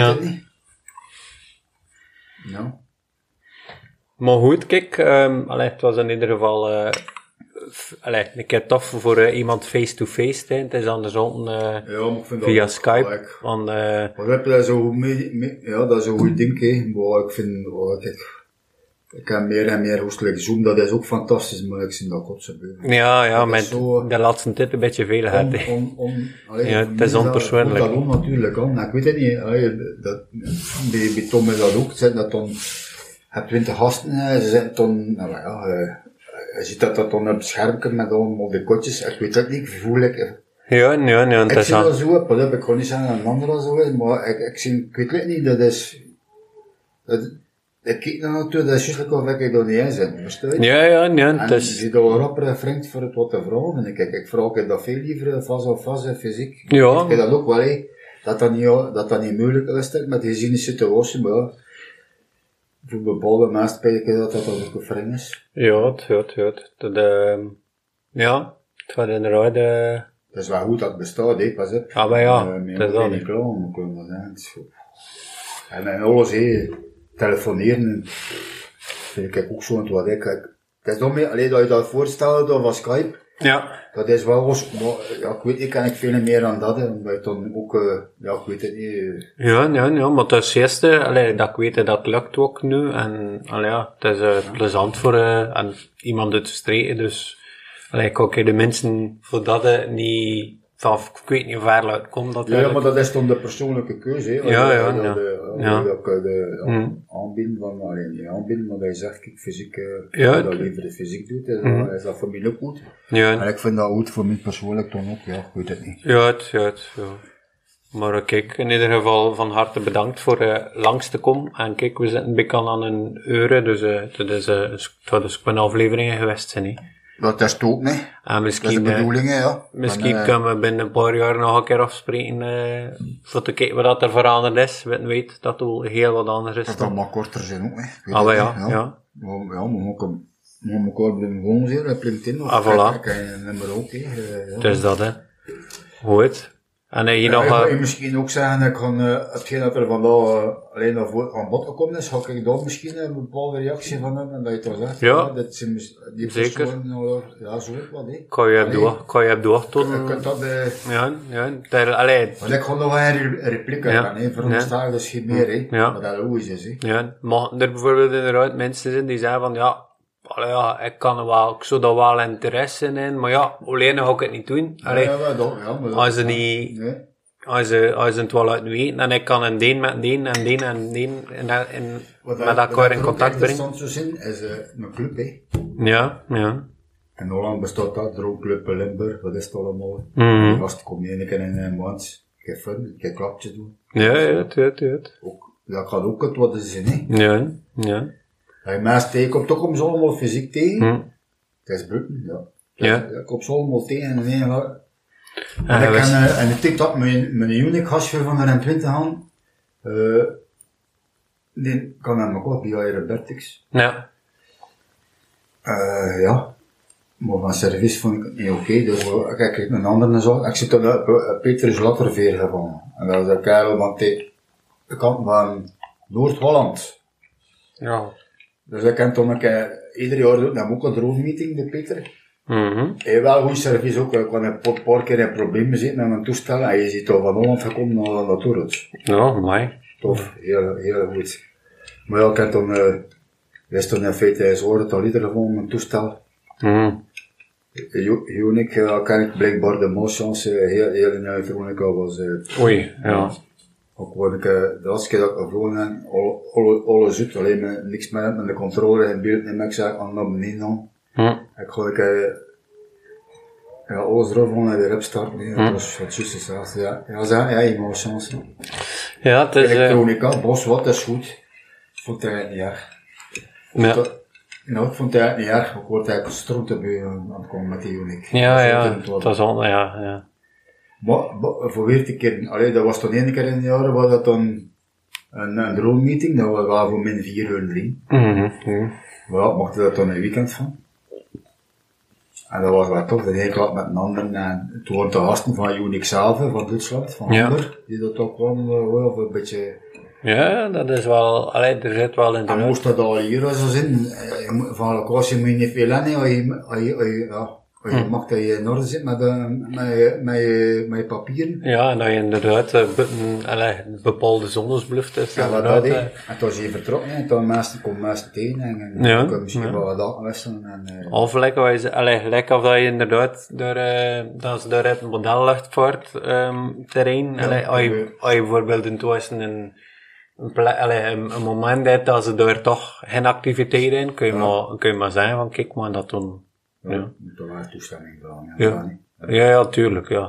Ja. Maar goed, kijk, het was in ieder geval een keer tof voor iemand face-to-face. Het is andersom via Skype. Wat heb je daar zo dat is een goed ding, hè. Maar ik vind, ik heb meer en meer hoestelijk Zoom, dat is ook fantastisch, maar ik zie dat kotsen bij. Ja, met de laatste tijd een beetje veel gehad. Het is onpersoonlijk. Dat ook natuurlijk, ik weet het niet, bij Tom is dat ook, dat dan, je hebt 20 gasten, ze zitten dan, je ziet dat dan op het schermpje met allemaal de kotjes, ik weet het niet, voel ik. Ja, ik zie dat zo, dat heb ik gewoon niet zeggen dat een ander zo is, maar ik weet het niet, dat is, ik kijk naar naartoe, dat is juist of ik er niet in zit, verstaan je? Ja, en je ziet al rapper vriend voor het wat te vragen, en ik vraag dat veel liever, fase fysiek. Ja. Ik vind dat ook wel, dat dat niet moeilijk is, met gezien de situatie, maar ja. Voor bepaalde mensen denk ik dat ook een vreemd is. Ja, het gaat inderdaad, het is wel goed dat het bestaat, hè, pas op. Maar ja, dat is dat niet klaar, maar kunnen dat zijn. En alles, telefoneren, vind ik ook zo, wat ik, het is dan meer, alleen dat je dat voorstelt, van Skype. Ja. Dat is wel los, maar ik weet niet, kan ik veel meer aan dat, omdat je dan ook, ik weet het niet. Ja, maar dat is het eerste, dat ik weet dat lukt ook nu, en, het is plezant voor, en iemand uit te streken, dus, ik ook de mensen, voor dat het niet, ik weet niet hoe ver het komt, dat maar dat is dan de persoonlijke keuze, hè. Aanbieden van, niet aanbieden, maar dat je zegt, kijk, fysiek, dat liever de fysiek doet, is dat voor mij ook goed. Ja. En ik vind dat goed voor mij persoonlijk dan ook, ik weet het niet. Ja. Maar kijk, in ieder geval van harte bedankt voor langs te komen. En kijk, we zitten bekend aan een euro, dus het is een aflevering geweest zijn, hè. Dat is het ook, nee. En misschien, dat is de bedoeling, ja. Misschien kunnen we binnen een paar jaar nog een keer afspreken, voor te kijken wat er veranderd is. We weten dat het heel wat anders is. Dat kan maar korter zijn ook, hè. Ja. Maar ook elkaar blijven gewoon zien, op LinkedIn of voilà. Kan je een nummer ook, hè. Dus dat, hè. Goed. En hier nog... Ik je misschien ook zeggen, ik ga, hetgeen dat er vandaag alleen naar aan bod gekomen is, ga ik daar misschien een bepaalde reactie van hebben, dat je toch zegt, dat zijn die zeker. Persoon, zo ook wat, hè. Kan je doortonen? Je kunt dat, want ik ga nog een repliek hebben, hè, voor ons daar dus geen meer, hè, maar dat logisch is, hè. Ja, maar er bijvoorbeeld inderdaad mensen zijn die zeggen van, ik zou daar wel interesse in, maar alleen ga ik het niet doen. Als ze niet, als ze het wel uit weten, en ik kan een deen met deen en deen en deen en met elkaar in contact brengen. Wat interessant zou zijn, is een club, hè. Ja. In Holland bestaat dat, Droomclub Limburg, wat is het allemaal? Die gast komt één keer in een maand. keer fun, keer klapjes doen. Ja, het. Ook, dat kan ook het wat zijn, hè. Ja, ja. Hij mensen tegenkomt toch om zo allemaal fysiek tegen. Het is buiten, ja. Ja. Ik kom zo allemaal tegen en nee, ja. En ik denk dat mijn unique gastje van de M20 gaan, die kan hem ook wel bij Aerobertix. Ja. Ja. Maar van service vond ik het niet oké, dus kijk ik een andere zo. Ik zit dan op Petrus Latterveer gevangen. En dat is een kerel van de kant van Noord-Holland. Ja. Dus ik heb toen ieder jaar doet een ook een droommeeting met Peter. Hij wel goed service ook, ik kan een paar keer in problemen zitten met mijn toestel en je ziet al van Holland gekomen naar Toerens. Ja, mooi. Tof, heel goed. Maar ja, ik heb toen, wist toen in feite zo'n al ieder gevonden mijn toestel. Unique, ken ik blijkbaar de motions, heel in elektronica was. Oei, ja. Ook word ik, de laatste keer dat ik gevlogen heb, alles uit, alleen met niks met de controller en beeld niet meer, ik zei, aan naar beneden dan. Ik gooi ja, alles erop en weer opstarten, dat was juist hetzelfde, ja, emotions. Ja, het is... Elektronica, bos, wat is goed. Ik vond het eigenlijk niet erg. Ja. Nou, ik vond het eigenlijk niet erg, ik word eigenlijk strontebeu aan het komen met die Unique. Ja, dat is al, ja. Maar, voor weer te keren, allee, dat was toen 1 keer in de jaren, was dat dan een droommeeting, dat was wel voor min 4 uur 3. Maar ja, maakte dat dan een weekend van. En dat was wel tof, dat ik had met een ander, en toen waren de gasten van Unique zelf, van Duitsland, van Ander, die dat ook kwam, of een beetje... Ja, dat is wel, allee, er zit wel in de... En moest dat al hier zo zijn, van locatie moet je niet veel aan, je mag dat je in orde zit met je papieren. Ja, en dat je inderdaad een bepaalde zones bluft is. Ja, wat dat is. En toen is je vertrokken, en toen komen mensen tegen, en dan kun je misschien wel wat afwisselen. Of lekker of dat je inderdaad dat ze daar het modelluchtvaart terrein, als je bijvoorbeeld in toesten een moment hebt dat ze daar toch geen activiteit in, kun je maar zeggen van kijk maar dat toen. Ja, moet toch wel toestemming vragen. Ja, tuurlijk, ja.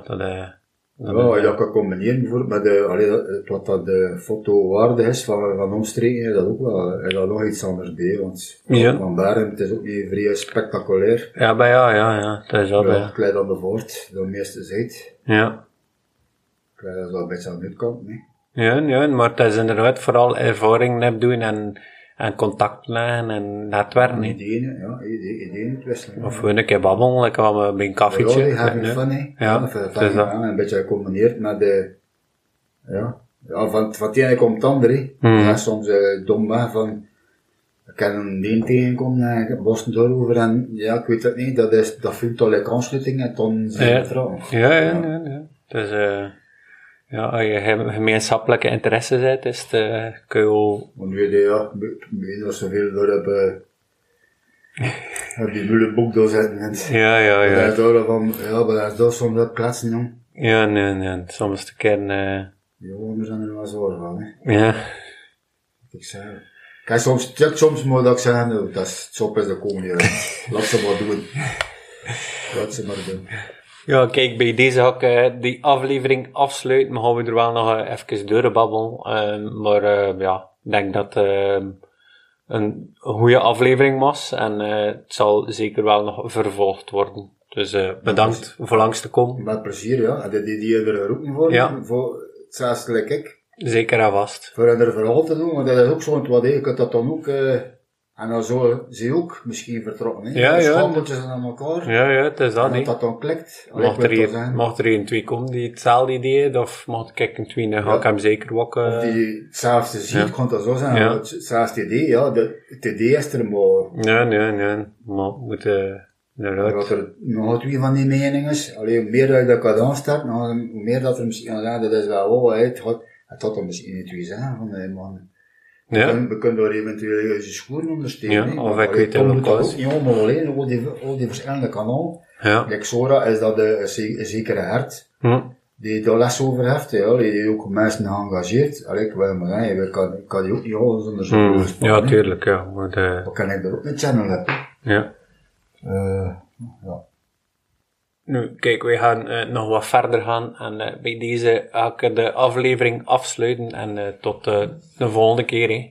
Dat kan combineren bijvoorbeeld met wat dat de fotowaarde is van omstreken, dat ook wel, en dat nog iets anders bij, want van Baren, het is ook niet vrij spectaculair. Ja, dat is wel bij. Kleid aan de voort, de meeste zijt. Ja. Kleid dat is wel een beetje aan de uitkant, nee. Ja, maar het is inderdaad vooral ervaring doen en contact leggen en netwerken. Ideeën wisselen. Of een keer babbelen, lekker bij een koffietje. Ja, die hebben fun, hè. Ja, een beetje gecombineerd met van het ene komt het andere, ja, soms dom weg van, ik kan een ding tegenkomen en ik bossen doorover en ja, ik weet het niet, dat vindt al een aansluiting en dan zijn we trouwen. Ja. Dus, als je gemeenschappelijke interesses hebt, is het, kun je al... Want weet je, zoveel door heb je moeilijk boek doorzetten. Ja. Dat is daar van, maar dat is daar soms ook kletsen, jong. Ja, nee, soms te kennen... Ja, we zijn er wel zorgen van, hè. Ja. Ik zeg, kijk, soms moet ik zeggen, dat is, zo is de komende jaren. Laat ze maar doen. Laat ze maar doen. Ja, kijk, bij deze ga ik die aflevering afsluiten, maar gaan we er wel nog even doorbabbelen. Maar ik denk dat een goede aflevering was en het zal zeker wel nog vervolgd worden. Dus bedankt voor langs te komen. Met plezier, ja. En die er geroepen worden, voor hetzelfde gelijk ik. Zeker en vast. Voor een verhaal te doen, want dat is ook zo'n wat, je kunt dat dan ook... En dan zo zie je ook misschien vertrokken, hè. Ja. Schandeltjes aan elkaar. Ja, het is dat, niet. Dat dan klikt. Mag er een twee komen die hetzelfde idee heeft, of mag ik een twee, dan ga ik hem zeker wakken. Of die hetzelfde ziet, kan dat zo zijn. Hetzelfde idee, het idee is er, maar... Nee. Maar we moeten eruit. Dat er nog twee van die meningen is. Alleen hoe meer dat je dat kan aanstellen, hoe meer dat er misschien aan dat is wel, het had er misschien niet twee zijn van, man. We kunnen door eventueel je schoenen ondersteunen. Ja, of ik weet het ook niet allemaal alleen, al die verschillende kanalen. Like Sora is dat een zekere hert, die daar les over heeft, die ook mensen geëngageerd. Ik wil maar zeggen, ik kan die ook niet alles onderzoeken. Ja, tuurlijk, ja. Dan kan ik er ook een channel hebben. Ja. Ja. Nu, kijk, wij gaan nog wat verder gaan en bij deze ga ik de aflevering afsluiten en tot de volgende keer. Hè.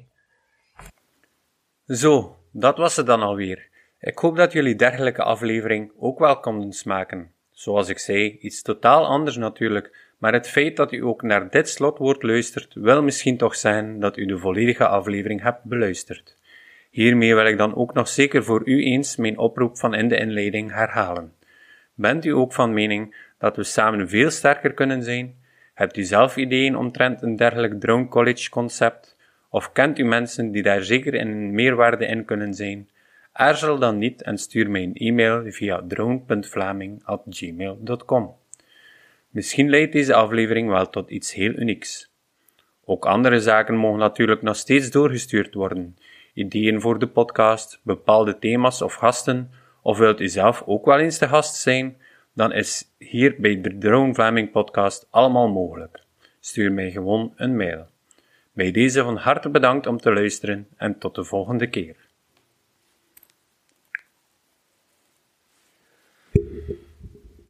Zo, dat was het dan alweer. Ik hoop dat jullie dergelijke aflevering ook wel konden smaken. Zoals ik zei, iets totaal anders natuurlijk, maar het feit dat u ook naar dit slotwoord luistert, wil misschien toch zijn dat u de volledige aflevering hebt beluisterd. Hiermee wil ik dan ook nog zeker voor u eens mijn oproep van in de inleiding herhalen. Bent u ook van mening dat we samen veel sterker kunnen zijn? Hebt u zelf ideeën omtrent een dergelijk Drone College concept? Of kent u mensen die daar zeker een meerwaarde in kunnen zijn? Aarzel dan niet en stuur mij een e-mail via drone.vlaming@gmail.com. Misschien leidt deze aflevering wel tot iets heel unieks. Ook andere zaken mogen natuurlijk nog steeds doorgestuurd worden. Ideeën voor de podcast, bepaalde thema's of gasten, of wilt u zelf ook wel eens de gast zijn, dan is hier bij de Drone Vlaming podcast allemaal mogelijk. Stuur mij gewoon een mail. Bij deze van harte bedankt om te luisteren en tot de volgende keer.